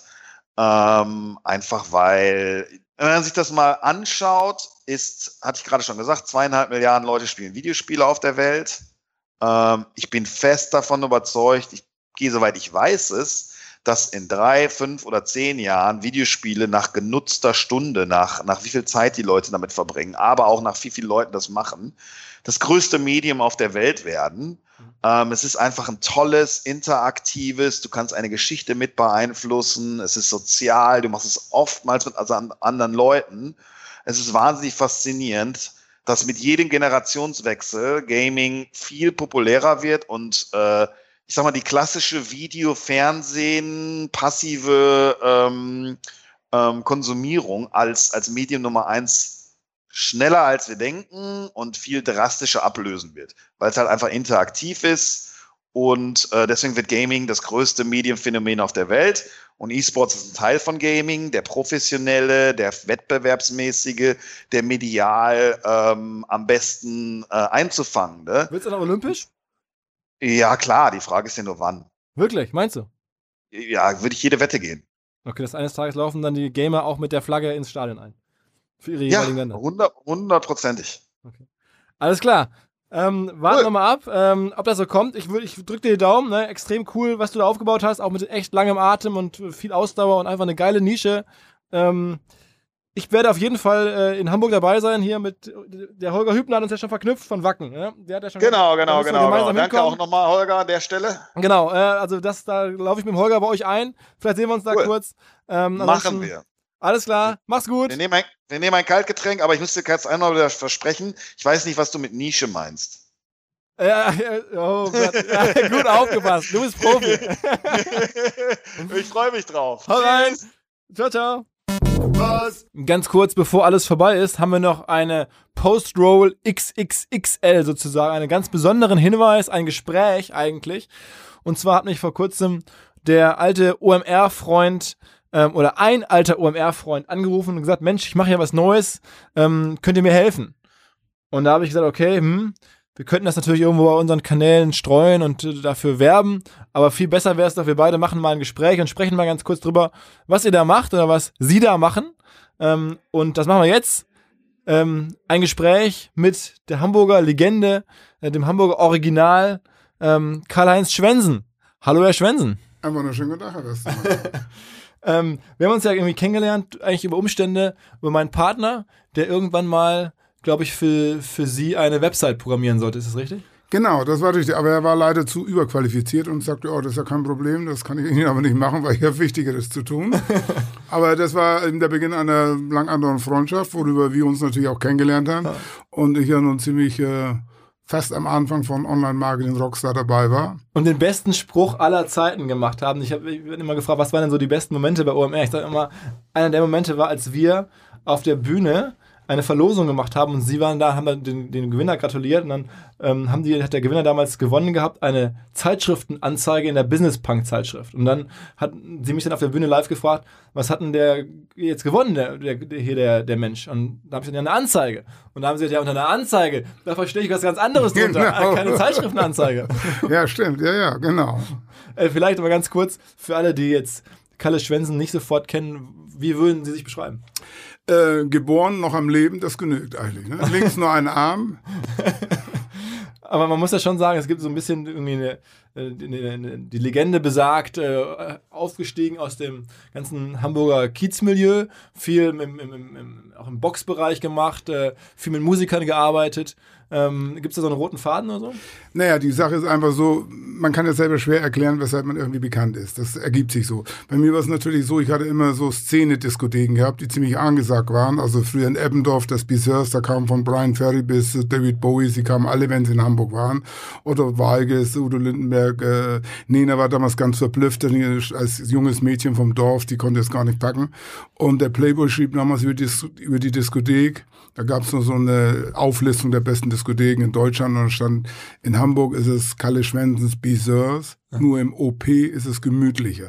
Ähm, einfach weil, wenn man sich das mal anschaut, ist, hatte ich gerade schon gesagt, zweieinhalb Milliarden Leute spielen Videospiele auf der Welt. Ähm, ich bin fest davon überzeugt, ich gehe, soweit ich weiß es, dass in drei, fünf oder zehn Jahren Videospiele nach genutzter Stunde, nach, nach wie viel Zeit die Leute damit verbringen, aber auch nach wie vielen Leuten das machen, das größte Medium auf der Welt werden. Ähm, es ist einfach ein tolles, interaktives, du kannst eine Geschichte mit beeinflussen, es ist sozial, du machst es oftmals mit also anderen Leuten. Es ist wahnsinnig faszinierend, dass mit jedem Generationswechsel Gaming viel populärer wird und äh, ich sag mal, die klassische Video-, Fernsehen-, passive ähm, ähm, Konsumierung als, als Medium Nummer eins schneller als wir denken und viel drastischer ablösen wird, weil es halt einfach interaktiv ist und äh, deswegen wird Gaming das größte Medienphänomen auf der Welt. Und E-Sports ist ein Teil von Gaming, der professionelle, der wettbewerbsmäßige, der medial ähm, am besten äh, einzufangen. Ne? Wird es dann olympisch? Ja, klar, die Frage ist ja nur wann. Wirklich, meinst du? Ja, würde ich jede Wette gehen. Okay, das eines Tages laufen dann die Gamer auch mit der Flagge ins Stadion ein. Für ihre jeweiligen Länder. Ja, hundertprozentig. Okay. Alles klar. Ähm, warten cool. wir mal ab, ähm, ob das so kommt. Ich, ich drücke dir die Daumen, ne? Extrem cool, was du da aufgebaut hast, auch mit echt langem Atem und viel Ausdauer und einfach eine geile Nische. Ähm, ich werde auf jeden Fall äh, in Hamburg dabei sein, hier mit, der Holger Hübner hat uns ja schon verknüpft von Wacken. Ne? Der hat ja schon genau, genau, genau. genau. Danke auch nochmal, Holger, an der Stelle. Genau, äh, also das, da laufe ich mit dem Holger bei euch ein. Vielleicht sehen wir uns da cool. kurz. Ähm, Machen wir. Alles klar, mach's gut. Wir nehmen, ein, wir nehmen ein Kaltgetränk, aber ich muss dir jetzt einmal wieder versprechen, ich weiß nicht, was du mit Nische meinst. Ja, ja, oh Gott. Ja, gut aufgepasst, du bist Profi. Ich freue mich drauf. Hau rein. Ciao, ciao. Was? Ganz kurz, bevor alles vorbei ist, haben wir noch eine Post-Roll X X X L sozusagen, einen ganz besonderen Hinweis, ein Gespräch eigentlich. Und zwar hat mich vor kurzem der alte O M R-Freund ähm, oder ein alter O M R-Freund angerufen und gesagt, Mensch, ich mache ja was Neues, ähm, könnt ihr mir helfen? Und da habe ich gesagt, okay, hm, wir könnten das natürlich irgendwo bei unseren Kanälen streuen und äh, dafür werben, aber viel besser wäre es doch, wir beide machen mal ein Gespräch und sprechen mal ganz kurz drüber, was ihr da macht oder was sie da machen. Ähm, und das machen wir jetzt. Ähm, ein Gespräch mit der Hamburger Legende, äh, dem Hamburger Original, ähm, Karl-Heinz Schwensen. Hallo, Herr Schwensen. Einen wunderschönen guten Tag, Herr Westermann. ähm, wir haben uns ja irgendwie kennengelernt, eigentlich über Umstände, über meinen Partner, der irgendwann mal, glaube ich, für, für Sie eine Website programmieren sollte. Ist das richtig? Genau, das war richtig. Aber er war leider zu überqualifiziert und sagte, oh, das ist ja kein Problem, das kann ich Ihnen aber nicht machen, weil ich habe Wichtigeres zu tun. Aber das war eben der Beginn einer lang anderen Freundschaft, worüber wir uns natürlich auch kennengelernt haben. Ja. Und ich ja nun ziemlich äh, fast am Anfang von Online-Marketing Rockstar dabei war. Und den besten Spruch aller Zeiten gemacht haben. Ich habe ich immer gefragt, was waren denn so die besten Momente bei O M R? Ich sage immer, einer der Momente war, als wir auf der Bühne eine Verlosung gemacht haben und sie waren da, haben dann den, den Gewinner gratuliert und dann ähm, haben die, hat der Gewinner damals gewonnen gehabt, eine Zeitschriftenanzeige in der Business Punk Zeitschrift. Und dann hat sie mich dann auf der Bühne live gefragt, was hat denn der jetzt gewonnen, der, der, der, hier der, der Mensch? Und da habe ich dann ja eine Anzeige. Und da haben sie gesagt, ja, unter einer Anzeige, da verstehe ich was ganz anderes drunter, genau. Keine Zeitschriftenanzeige. Ja, stimmt, ja, ja, genau. äh, vielleicht aber ganz kurz, für alle, die jetzt Kalle Schwensen nicht sofort kennen, wie würden Sie sich beschreiben? Äh, geboren, noch am Leben, das genügt eigentlich. Ne? Links nur ein Arm. Aber man muss ja schon sagen, es gibt so ein bisschen irgendwie eine, eine, eine die Legende besagt, äh, aufgestiegen aus dem ganzen Hamburger Kiezmilieu, viel im, im, im, im, auch im Boxbereich gemacht, äh, viel mit Musikern gearbeitet. Ähm, gibt es da so einen roten Faden oder so? Naja, die Sache ist einfach so, man kann das selber schwer erklären, weshalb man irgendwie bekannt ist. Das ergibt sich so. Bei mir war es natürlich so, ich hatte immer so Szene-Diskotheken gehabt, die ziemlich angesagt waren. Also früher in Eppendorf, das Bisers, da kamen von Brian Ferry bis David Bowie, sie kamen alle, wenn sie in Hamburg waren. Oder Walges, Udo Lindenberg, äh, Nena war damals ganz verblüfft, als junges Mädchen vom Dorf, die konnte es gar nicht packen. Und der Playboy schrieb damals über die, über die Diskothek. Da gab es noch so eine Auflistung der besten Diskotheken in Deutschland und stand, in Hamburg ist es Kalle Schwensens Bisers, nur im O P ist es gemütlicher.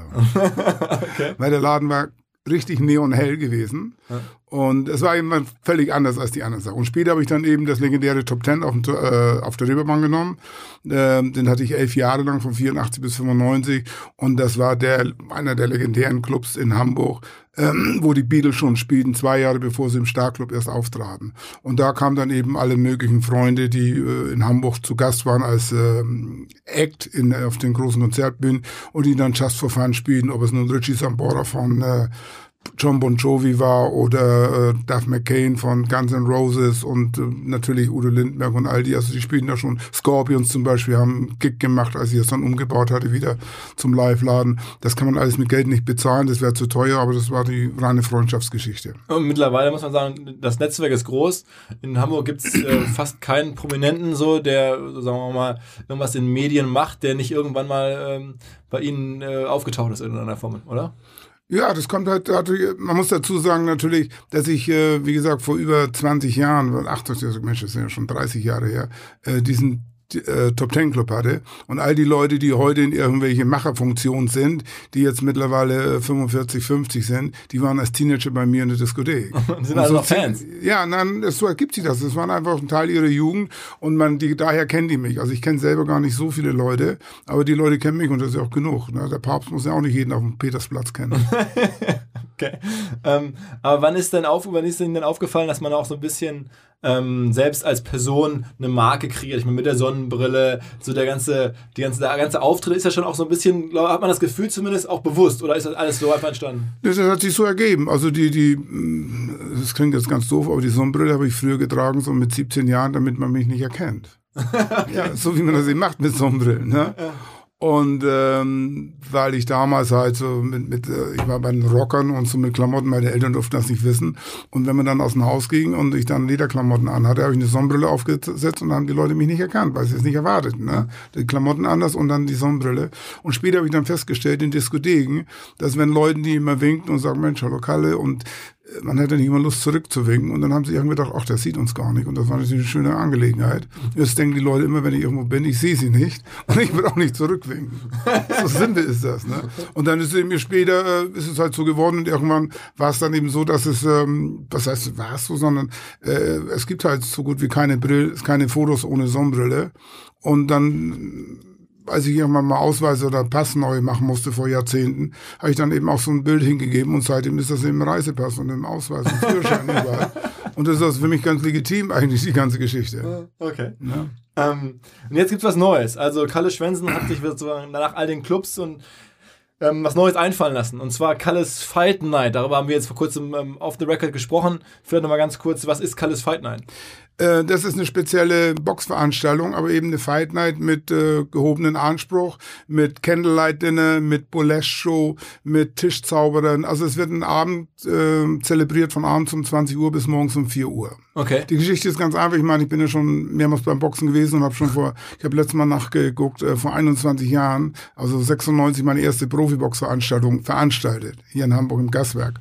Okay. Weil der Laden war richtig neonhell gewesen. Ja. Und es war eben völlig anders als die anderen Sachen. Und später habe ich dann eben das legendäre Top Ten auf, äh, auf der Reeperbahn genommen. Ähm, den hatte ich elf Jahre lang, von vierundachtzig bis fünfundneunzig. Und das war der einer der legendären Clubs in Hamburg, ähm, wo die Beatles schon spielten, zwei Jahre bevor sie im Starclub erst auftraten. Und da kamen dann eben alle möglichen Freunde, die äh, in Hamburg zu Gast waren als ähm, Act in, auf den großen Konzertbühnen und die dann Just for Fun spielten, ob es nun Richie Sambora von äh, John Bon Jovi war oder äh, Duff McCain von Guns N' Roses und äh, natürlich Udo Lindenberg und all die, also die spielten da schon. Scorpions zum Beispiel haben einen Gig gemacht, als ich es dann umgebaut hatte, wieder zum Live-Laden. Das kann man alles mit Geld nicht bezahlen, das wäre zu teuer, aber das war die reine Freundschaftsgeschichte. Und mittlerweile muss man sagen, das Netzwerk ist groß. In Hamburg gibt es äh, fast keinen Prominenten so, der, so sagen wir mal, irgendwas in Medien macht, der nicht irgendwann mal ähm, bei Ihnen äh, aufgetaucht ist in irgendeiner Form, oder? Ja, das kommt halt, man muss dazu sagen natürlich, dass ich, wie gesagt, vor über zwanzig Jahren, achtzig, Mensch, das sind ja schon dreißig Jahre her, diesen äh, Top Ten Club hatte und all die Leute, die heute in irgendwelche Macherfunktionen sind, die jetzt mittlerweile fünfundvierzig, fünfzig sind, die waren als Teenager bei mir in der Diskothek. Die sind also so Fans? Ja, nein, so ergibt sich das. Das waren einfach ein Teil ihrer Jugend und man, die, daher kennen die mich. Also ich kenne selber gar nicht so viele Leute, aber die Leute kennen mich und das ist ja auch genug. Ne? Der Papst muss ja auch nicht jeden auf dem Petersplatz kennen. Okay. Ähm, aber wann ist denn auf, wann ist Ihnen denn aufgefallen, dass man auch so ein bisschen ähm, selbst als Person eine Marke kreiert? Ich meine, mit der Sonnenbrille, so der ganze, die ganze, der ganze Auftritt ist ja schon auch so ein bisschen, glaub, hat man das Gefühl zumindest auch bewusst oder ist das alles so einfach entstanden? Das hat sich so ergeben. Also die, die, das klingt jetzt ganz doof, aber die Sonnenbrille habe ich früher getragen, so mit siebzehn Jahren, damit man mich nicht erkennt. Okay. Ja, so wie man das eben macht mit Sonnenbrillen. Ne? Ja. Und ähm, weil ich damals halt so mit, mit äh, ich war bei den Rockern und so mit Klamotten, meine Eltern durften das nicht wissen. Und wenn man dann aus dem Haus ging und ich dann Lederklamotten anhatte, habe ich eine Sonnenbrille aufgesetzt und dann haben die Leute mich nicht erkannt, weil sie es nicht erwarteten. Ne? Die Klamotten anders und dann die Sonnenbrille. Und später habe ich dann festgestellt in Diskotheken, dass wenn Leuten, die immer winken und sagen, Mensch, hallo Kalle, und man hatte nicht immer Lust zurückzuwinken und dann haben sie irgendwie gedacht, ach, der sieht uns gar nicht und das war natürlich eine schöne Angelegenheit. Jetzt denken die Leute immer, wenn ich irgendwo bin, ich sehe sie nicht und ich will auch nicht zurückwinken. So simpel ist das. Ne? Und dann ist es mir später, äh, ist es halt so geworden und irgendwann war es dann eben so, dass es, ähm, was heißt, war es so, sondern äh, es gibt halt so gut wie keine Brille, keine Fotos ohne Sonnenbrille und dann, als ich irgendwann mal Ausweise oder Pass neu machen musste vor Jahrzehnten, habe ich dann eben auch so ein Bild hingegeben und seitdem ist das im Reisepass und im Ausweis und Führerschein überall. Und das ist also für mich ganz legitim eigentlich, die ganze Geschichte. Okay. Ja. Ähm, und jetzt gibt's was Neues. Also Kalle Schwensen hat sich sozusagen nach all den Clubs und ähm, was Neues einfallen lassen. Und zwar Kalles Fight Night. Darüber haben wir jetzt vor kurzem ähm, off the record gesprochen. Vielleicht nochmal ganz kurz, was ist Kalles Fight Night? Äh, das ist eine spezielle Boxveranstaltung, aber eben eine Fight Night mit äh, gehobenen Anspruch, mit Candlelight Dinner, mit Burlesque-Show, mit Tischzauberern. Also es wird ein Abend äh, zelebriert von abends um zwanzig Uhr bis morgens um vier Uhr. Okay. Die Geschichte ist ganz einfach. Ich meine, ich bin ja schon mehrmals beim Boxen gewesen und habe schon vor, ich habe letztes Mal nachgeguckt, äh, vor einundzwanzig Jahren, also sechsundneunzig, meine erste Profibox-Veranstaltung veranstaltet, hier in Hamburg im Gaswerk.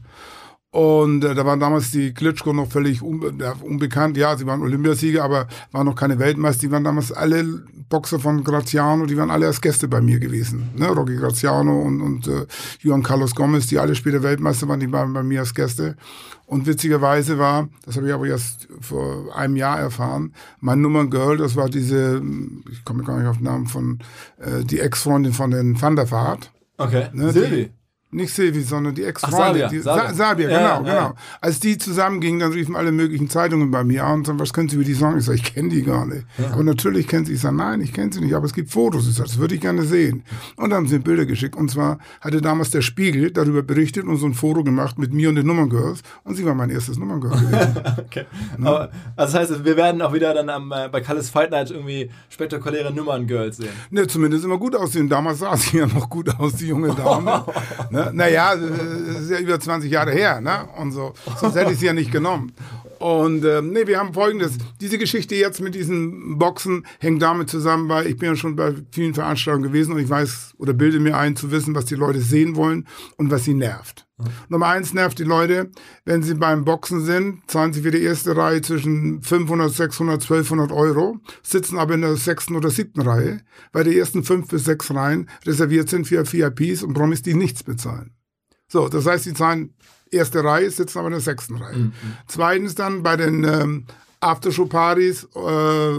Und äh, da waren damals die Klitschko noch völlig un äh, unbekannt. Ja, sie waren Olympiasieger, aber waren noch keine Weltmeister. Die waren damals alle Boxer von Graziano, die waren alle als Gäste bei mir gewesen. Ne? Rocky Graziano und, und äh, Juan Carlos Gomez, die alle später Weltmeister waren, die waren bei mir als Gäste. Und witzigerweise war, das habe ich aber erst vor einem Jahr erfahren, mein Nummerngirl, das war diese, ich komme gar nicht auf den Namen von, äh, die Ex-Freundin von den Van der Vaart. Okay, ne? Silvi. Nicht Silvi, sondern die Ex-Freundin. Sabia, die, Sabia. Sabia, genau, Ja, genau. ja. Als die zusammengingen, dann riefen alle möglichen Zeitungen bei mir an und sagten, was können Sie über die sagen? Ich sage, ich kenne die gar nicht. Ja. Aber natürlich kennen Sie. Ich sage, nein, ich kenne sie nicht, aber es gibt Fotos. Ich sage, das würde ich gerne sehen. Und dann haben sie mir Bilder geschickt. Und zwar hatte damals der Spiegel darüber berichtet und so ein Foto gemacht mit mir und den Nummerngirls. Und sie war mein erstes Nummerngirl gewesen. Okay. Ja. Aber, also das heißt, wir werden auch wieder dann am, äh, bei Kalles Fight Night irgendwie spektakuläre Nummerngirls sehen. Ne, zumindest immer gut aussehen. Damals sah sie ja noch gut aus, die junge Dame. ne? Naja, das ist ja über zwanzig Jahre her, ne? Und so. Sonst hätte ich sie ja nicht genommen. Und ähm, nee, wir haben Folgendes. Diese Geschichte jetzt mit diesen Boxen hängt damit zusammen, weil ich bin ja schon bei vielen Veranstaltungen gewesen und ich weiß oder bilde mir ein, zu wissen, was die Leute sehen wollen und was sie nervt. Mhm. Nummer eins nervt die Leute, wenn sie beim Boxen sind, zahlen sie für die erste Reihe zwischen fünfhundert, sechshundert, zwölfhundert Euro, sitzen aber in der sechsten oder siebten Reihe, weil die ersten fünf bis sechs Reihen reserviert sind für V I Ps und Promis, die nichts bezahlen. So, das heißt, sie zahlen erste Reihe, sitzen aber in der sechsten Reihe. Mhm. Zweitens dann bei den ähm, Aftershow-Partys äh,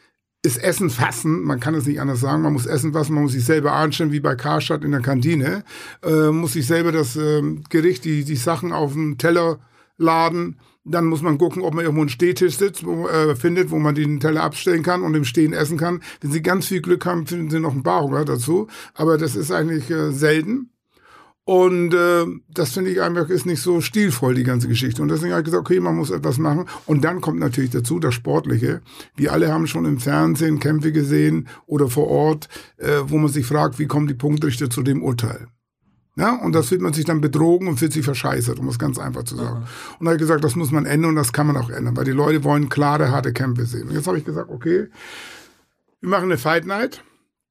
ist Essen fassen, man kann es nicht anders sagen, man muss Essen fassen, man muss sich selber anstellen, wie bei Karstadt in der Kantine, äh, muss sich selber das äh, Gericht, die, die Sachen auf dem Teller laden. Dann muss man gucken, ob man irgendwo einen Stehtisch sitzt, wo, äh, findet, wo man den Teller abstellen kann und im Stehen essen kann. Wenn Sie ganz viel Glück haben, finden Sie noch einen Barhocker dazu, aber das ist eigentlich äh, selten. Und äh, das finde ich einfach, ist nicht so stilvoll, die ganze Geschichte. Und deswegen habe ich gesagt, okay, man muss etwas machen. Und dann kommt natürlich dazu das Sportliche. Wir alle haben schon im Fernsehen Kämpfe gesehen oder vor Ort, äh, wo man sich fragt, wie kommen die Punktrichter zu dem Urteil? Ja, und das fühlt man sich dann betrogen und fühlt sich verscheißert, um es ganz einfach zu sagen. Aha. Und da habe ich gesagt, das muss man ändern und das kann man auch ändern, weil die Leute wollen klare, harte Kämpfe sehen. Und jetzt habe ich gesagt, okay, wir machen eine Fight Night,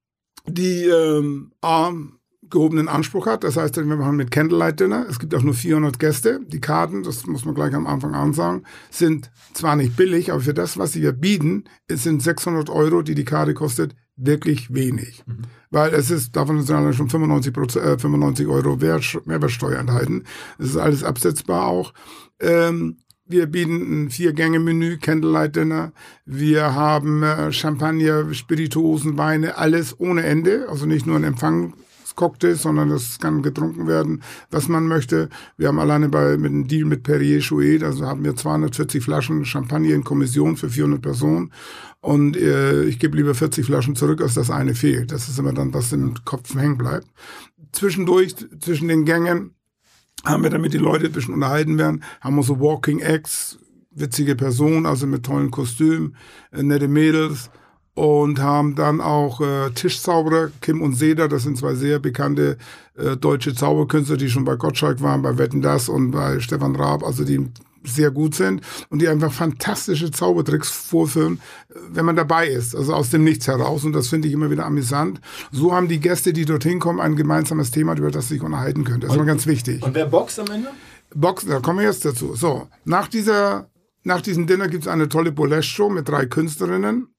die ähm, A, gehobenen Anspruch hat. Das heißt, wir machen mit Candlelight Dinner. Es gibt auch nur vierhundert Gäste. Die Karten, das muss man gleich am Anfang an sagen, sind zwar nicht billig, aber für das, was sie hier bieten, es sind sechshundert Euro, die die Karte kostet, wirklich wenig. Mhm. Weil es ist, davon sind alle schon fünfundneunzig Prozent, äh, fünfundneunzig Euro Mehrwertsteuer enthalten. Es ist alles absetzbar auch. Ähm, Wir bieten ein Vier-Gänge-Menü, Candlelight Dinner. Wir haben äh, Champagner, Spirituosen, Weine, alles ohne Ende. Also nicht nur ein Empfangscocktail, sondern das kann getrunken werden, was man möchte. Wir haben alleine bei mit einem Deal mit Perrier Jouet, also haben wir zweihundertvierzig Flaschen Champagner in Kommission für vierhundert Personen. Und äh, ich gebe lieber vierzig Flaschen zurück, als das eine fehlt. Das ist immer dann, was im Kopf hängen bleibt. Zwischendurch, zwischen den Gängen, haben wir, damit die Leute ein bisschen unterhalten werden, haben wir so Walking Acts, witzige Personen, also mit tollen Kostümen, äh, nette Mädels und haben dann auch äh, Tischzauberer, Kim und Seda, das sind zwei sehr bekannte äh, deutsche Zauberkünstler, die schon bei Gottschalk waren, bei Wetten, dass und bei Stefan Raab, also die sehr gut sind und die einfach fantastische Zaubertricks vorführen, wenn man dabei ist, also aus dem Nichts heraus und das finde ich immer wieder amüsant. So haben die Gäste, die dorthin kommen, ein gemeinsames Thema, über das sie sich unterhalten können. Das ist immer ganz wichtig. Und wer boxt am Ende? Boxen, da kommen wir jetzt dazu. So, nach dieser, nach diesem Dinner gibt es eine tolle Burlesque-Show mit drei Künstlerinnen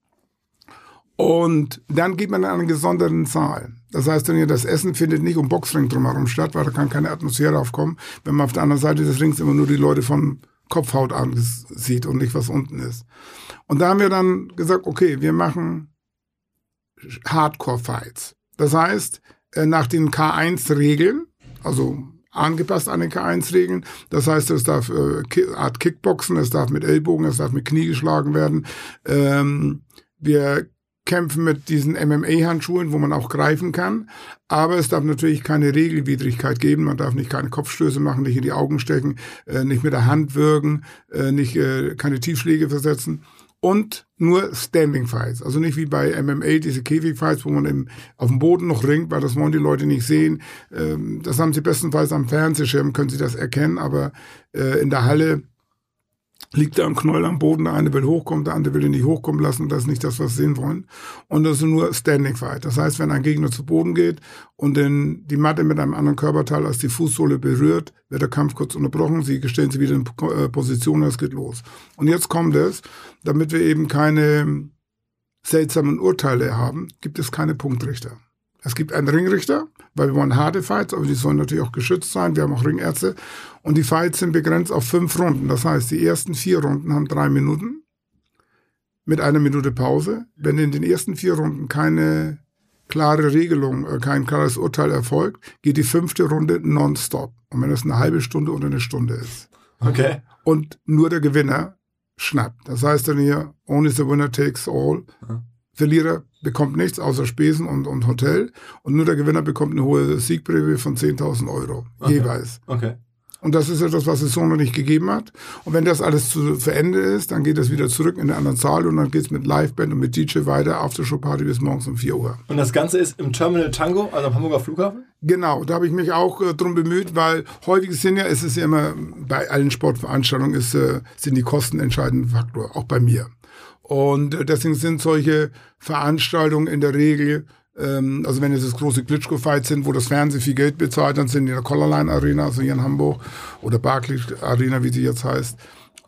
und dann geht man in einen gesonderten Saal. Das heißt, das Essen findet nicht um Boxring drumherum statt, weil da kann keine Atmosphäre aufkommen, wenn man auf der anderen Seite des Rings immer nur die Leute von Kopfhaut an sieht und nicht, was unten ist. Und da haben wir dann gesagt, okay, wir machen Hardcore-Fights. Das heißt, nach den K eins Regeln, also angepasst an den K eins Regeln, das heißt, es darf äh, Art Kickboxen, es darf mit Ellbogen, es darf mit Knie geschlagen werden. Ähm, wir kämpfen mit diesen M M A-Handschuhen, wo man auch greifen kann. Aber es darf natürlich keine Regelwidrigkeit geben. Man darf nicht keine Kopfstöße machen, nicht in die Augen stechen, äh, nicht mit der Hand würgen, äh, nicht äh, keine Tiefschläge versetzen. und nur Standing Fights. Also nicht wie bei M M A, diese Käfig-Fights, wo man im, auf dem Boden noch ringt, weil das wollen die Leute nicht sehen. Ähm, das haben sie bestenfalls am Fernsehschirm, können sie das erkennen, aber äh, in der Halle liegt da ein Knäuel am Boden, der eine will hochkommen, der andere will ihn nicht hochkommen lassen, das ist nicht das, was sie sehen wollen. Und das ist nur Standing Fight. Das heißt, wenn ein Gegner zu Boden geht und den, die Matte mit einem anderen Körperteil als die Fußsohle berührt, wird der Kampf kurz unterbrochen, sie stellen sie wieder in Position, es geht los. Und jetzt kommt es, damit wir eben keine seltsamen Urteile haben, gibt es keine Punktrichter. Es gibt einen Ringrichter, weil wir wollen harte Fights, aber die sollen natürlich auch geschützt sein. Wir haben auch Ringärzte. Und die Fights sind begrenzt auf fünf Runden. Das heißt, die ersten vier Runden haben drei Minuten mit einer Minute Pause. Wenn in den ersten vier Runden keine klare Regelung, kein klares Urteil erfolgt, geht die fünfte Runde nonstop. Und wenn das eine halbe Stunde oder eine Stunde ist. Okay. Und nur der Gewinner schnappt. Das heißt dann hier, only the winner takes all. Mhm. Verlierer bekommt nichts außer Spesen und, und Hotel und nur der Gewinner bekommt eine hohe Siegprämie von zehntausend Euro okay. jeweils. Okay. Und das ist etwas, was es so noch nicht gegeben hat. Und wenn das alles zu Ende ist, dann geht es wieder zurück in den anderen Saal und dann geht es mit Liveband und mit D J weiter, Aftershow-Party bis morgens um vier Uhr. Und das Ganze ist im Terminal Tango, also am Hamburger Flughafen? Genau, da habe ich mich auch äh, drum bemüht, weil häufig sind ja, ist es ja immer, bei allen Sportveranstaltungen ist, äh, sind die Kosten entscheidender Faktor, auch bei mir. Und deswegen sind solche Veranstaltungen in der Regel, ähm, also wenn es das große Klitschko-Fights sind, wo das Fernsehen viel Geld bezahlt, dann sind die in der Collarline Arena, also hier in Hamburg, oder Barclays Arena, wie sie jetzt heißt.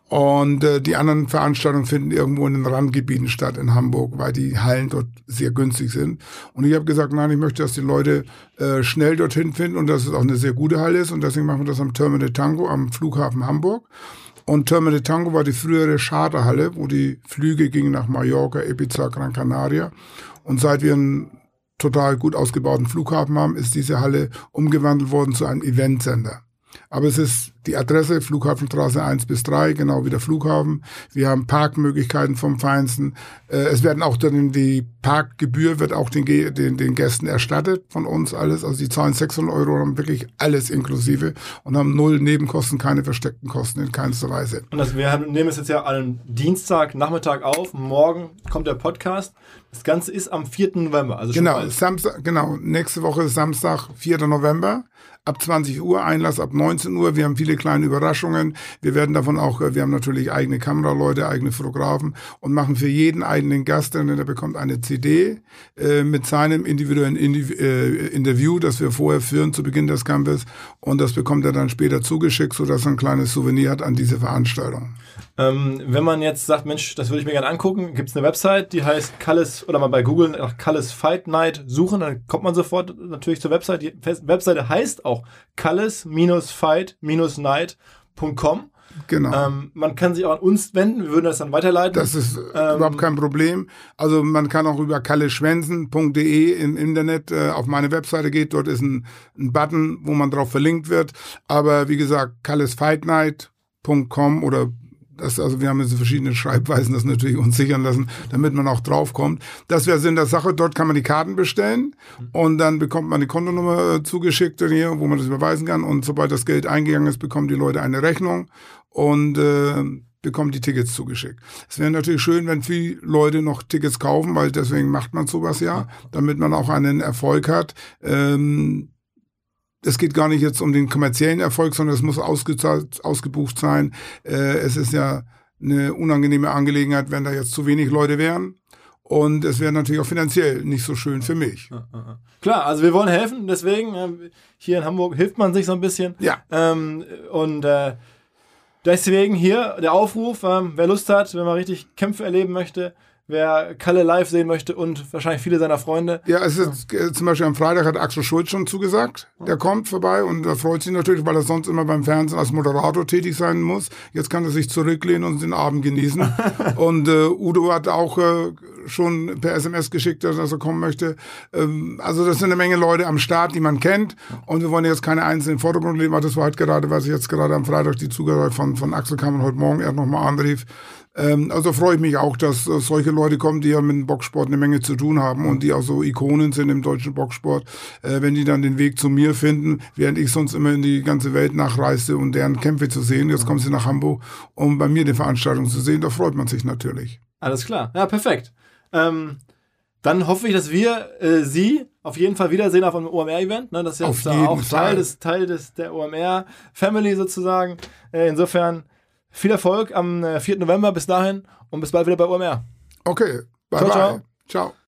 Und äh, die anderen Veranstaltungen finden irgendwo in den Randgebieten statt in Hamburg, weil die Hallen dort sehr günstig sind. Und ich habe gesagt, nein, ich möchte, dass die Leute äh, schnell dorthin finden und dass es auch eine sehr gute Halle ist. Und deswegen machen wir das am Terminal Tango am Flughafen Hamburg. Und Terminal Tango war die frühere Charterhalle, wo die Flüge gingen nach Mallorca, Ibiza, Gran Canaria. Und seit wir einen total gut ausgebauten Flughafen haben, ist diese Halle umgewandelt worden zu einem Eventsender. Aber es ist die Adresse Flughafenstraße eins bis drei, genau wie der Flughafen. Wir haben Parkmöglichkeiten vom Feinsten. Äh, es werden auch dann die Parkgebühr wird auch den, den, den Gästen erstattet von uns alles. Also die zahlen sechshundert Euro, haben wirklich alles inklusive und haben null Nebenkosten, keine versteckten Kosten in keinster Weise. Und das, wir nehmen es jetzt ja an Dienstag Nachmittag auf. Morgen kommt der Podcast. Das Ganze ist am vierten November. Also schon genau, Samstag, genau. Nächste Woche ist Samstag, vierten November. Ab zwanzig Uhr, Einlass ab neunzehn Uhr. Wir haben viele kleine Überraschungen. Wir werden davon auch, wir haben natürlich eigene Kameraleute, eigene Fotografen und machen für jeden eigenen Gast, denn der bekommt eine C D äh, mit seinem individuellen Indiv- äh, Interview, das wir vorher führen zu Beginn des Kampfes. Und das bekommt er dann später zugeschickt, sodass er ein kleines Souvenir hat an diese Veranstaltung. Ähm, wenn man jetzt sagt, Mensch, das würde ich mir gerne angucken, gibt es eine Website, die heißt Kalles, oder mal bei Google nach Kalles Fight Night suchen, dann kommt man sofort natürlich zur Website. Die Webseite heißt auch kalles Fight Night Punkt com. Genau. Ähm, man kann sich auch an uns wenden, wir würden das dann weiterleiten. Das ist ähm, überhaupt kein Problem. Also man kann auch über kalleschwänzen Punkt de im Internet äh, auf meine Webseite geht. Dort ist ein, ein Button, wo man drauf verlinkt wird. Aber wie gesagt, kalles Fight Night Punkt com oder das, also wir haben jetzt verschiedene Schreibweisen, das natürlich uns sichern lassen, damit man auch draufkommt. Das wäre Sinn der Sache. Dort kann man die Karten bestellen und dann bekommt man die Kontonummer äh, zugeschickt hier, wo man das überweisen kann. Und sobald das Geld eingegangen ist, bekommen die Leute eine Rechnung und äh, bekommen die Tickets zugeschickt. Es wäre natürlich schön, wenn viele Leute noch Tickets kaufen, weil deswegen macht man sowas ja, damit man auch einen Erfolg hat. Ähm, Es geht gar nicht jetzt um den kommerziellen Erfolg, sondern es muss ausgezahlt, ausgebucht sein. Äh, es ist ja eine unangenehme Angelegenheit, wenn da jetzt zu wenig Leute wären. Und es wäre natürlich auch finanziell nicht so schön für mich. Klar, also wir wollen helfen. Deswegen, äh, hier in Hamburg hilft man sich so ein bisschen. Ja. Ähm, und äh, deswegen hier der Aufruf, ähm, wer Lust hat, wenn man richtig Kämpfe erleben möchte, wer Kalle live sehen möchte und wahrscheinlich viele seiner Freunde. Ja, es ist äh, zum Beispiel am Freitag hat Axel Schulz schon zugesagt. Der kommt vorbei und er freut sich natürlich, weil er sonst immer beim Fernsehen als Moderator tätig sein muss. Jetzt kann er sich zurücklehnen und den Abend genießen. Und äh, Udo hat auch äh, schon per S M S geschickt, dass er kommen möchte. Ähm, also das sind eine Menge Leute am Start, die man kennt. Und wir wollen jetzt keine einzelnen Vordergrund leben. Das war halt gerade, was ich jetzt gerade am Freitag die Zugabe von, von Axel kam und heute Morgen er nochmal anrief. Ähm, also freue ich mich auch, dass äh, solche Leute kommen, die ja mit dem Boxsport eine Menge zu tun haben und die auch so Ikonen sind im deutschen Boxsport, äh, wenn die dann den Weg zu mir finden, während ich sonst immer in die ganze Welt nachreiste, um deren Kämpfe zu sehen. Jetzt kommen sie nach Hamburg, um bei mir die Veranstaltung zu sehen. Da freut man sich natürlich. Alles klar. Ja, perfekt. Ähm, dann hoffe ich, dass wir äh, Sie auf jeden Fall wiedersehen auf einem O M R-Event. Ne? Das ist ja Auf da jeden auch Fall. Teil des, Teil des der O M R-Family sozusagen. Äh, insofern viel Erfolg am äh, vierten November bis dahin und bis bald wieder bei O M R. Okay, bye Ciao, bye. ciao. Ciao.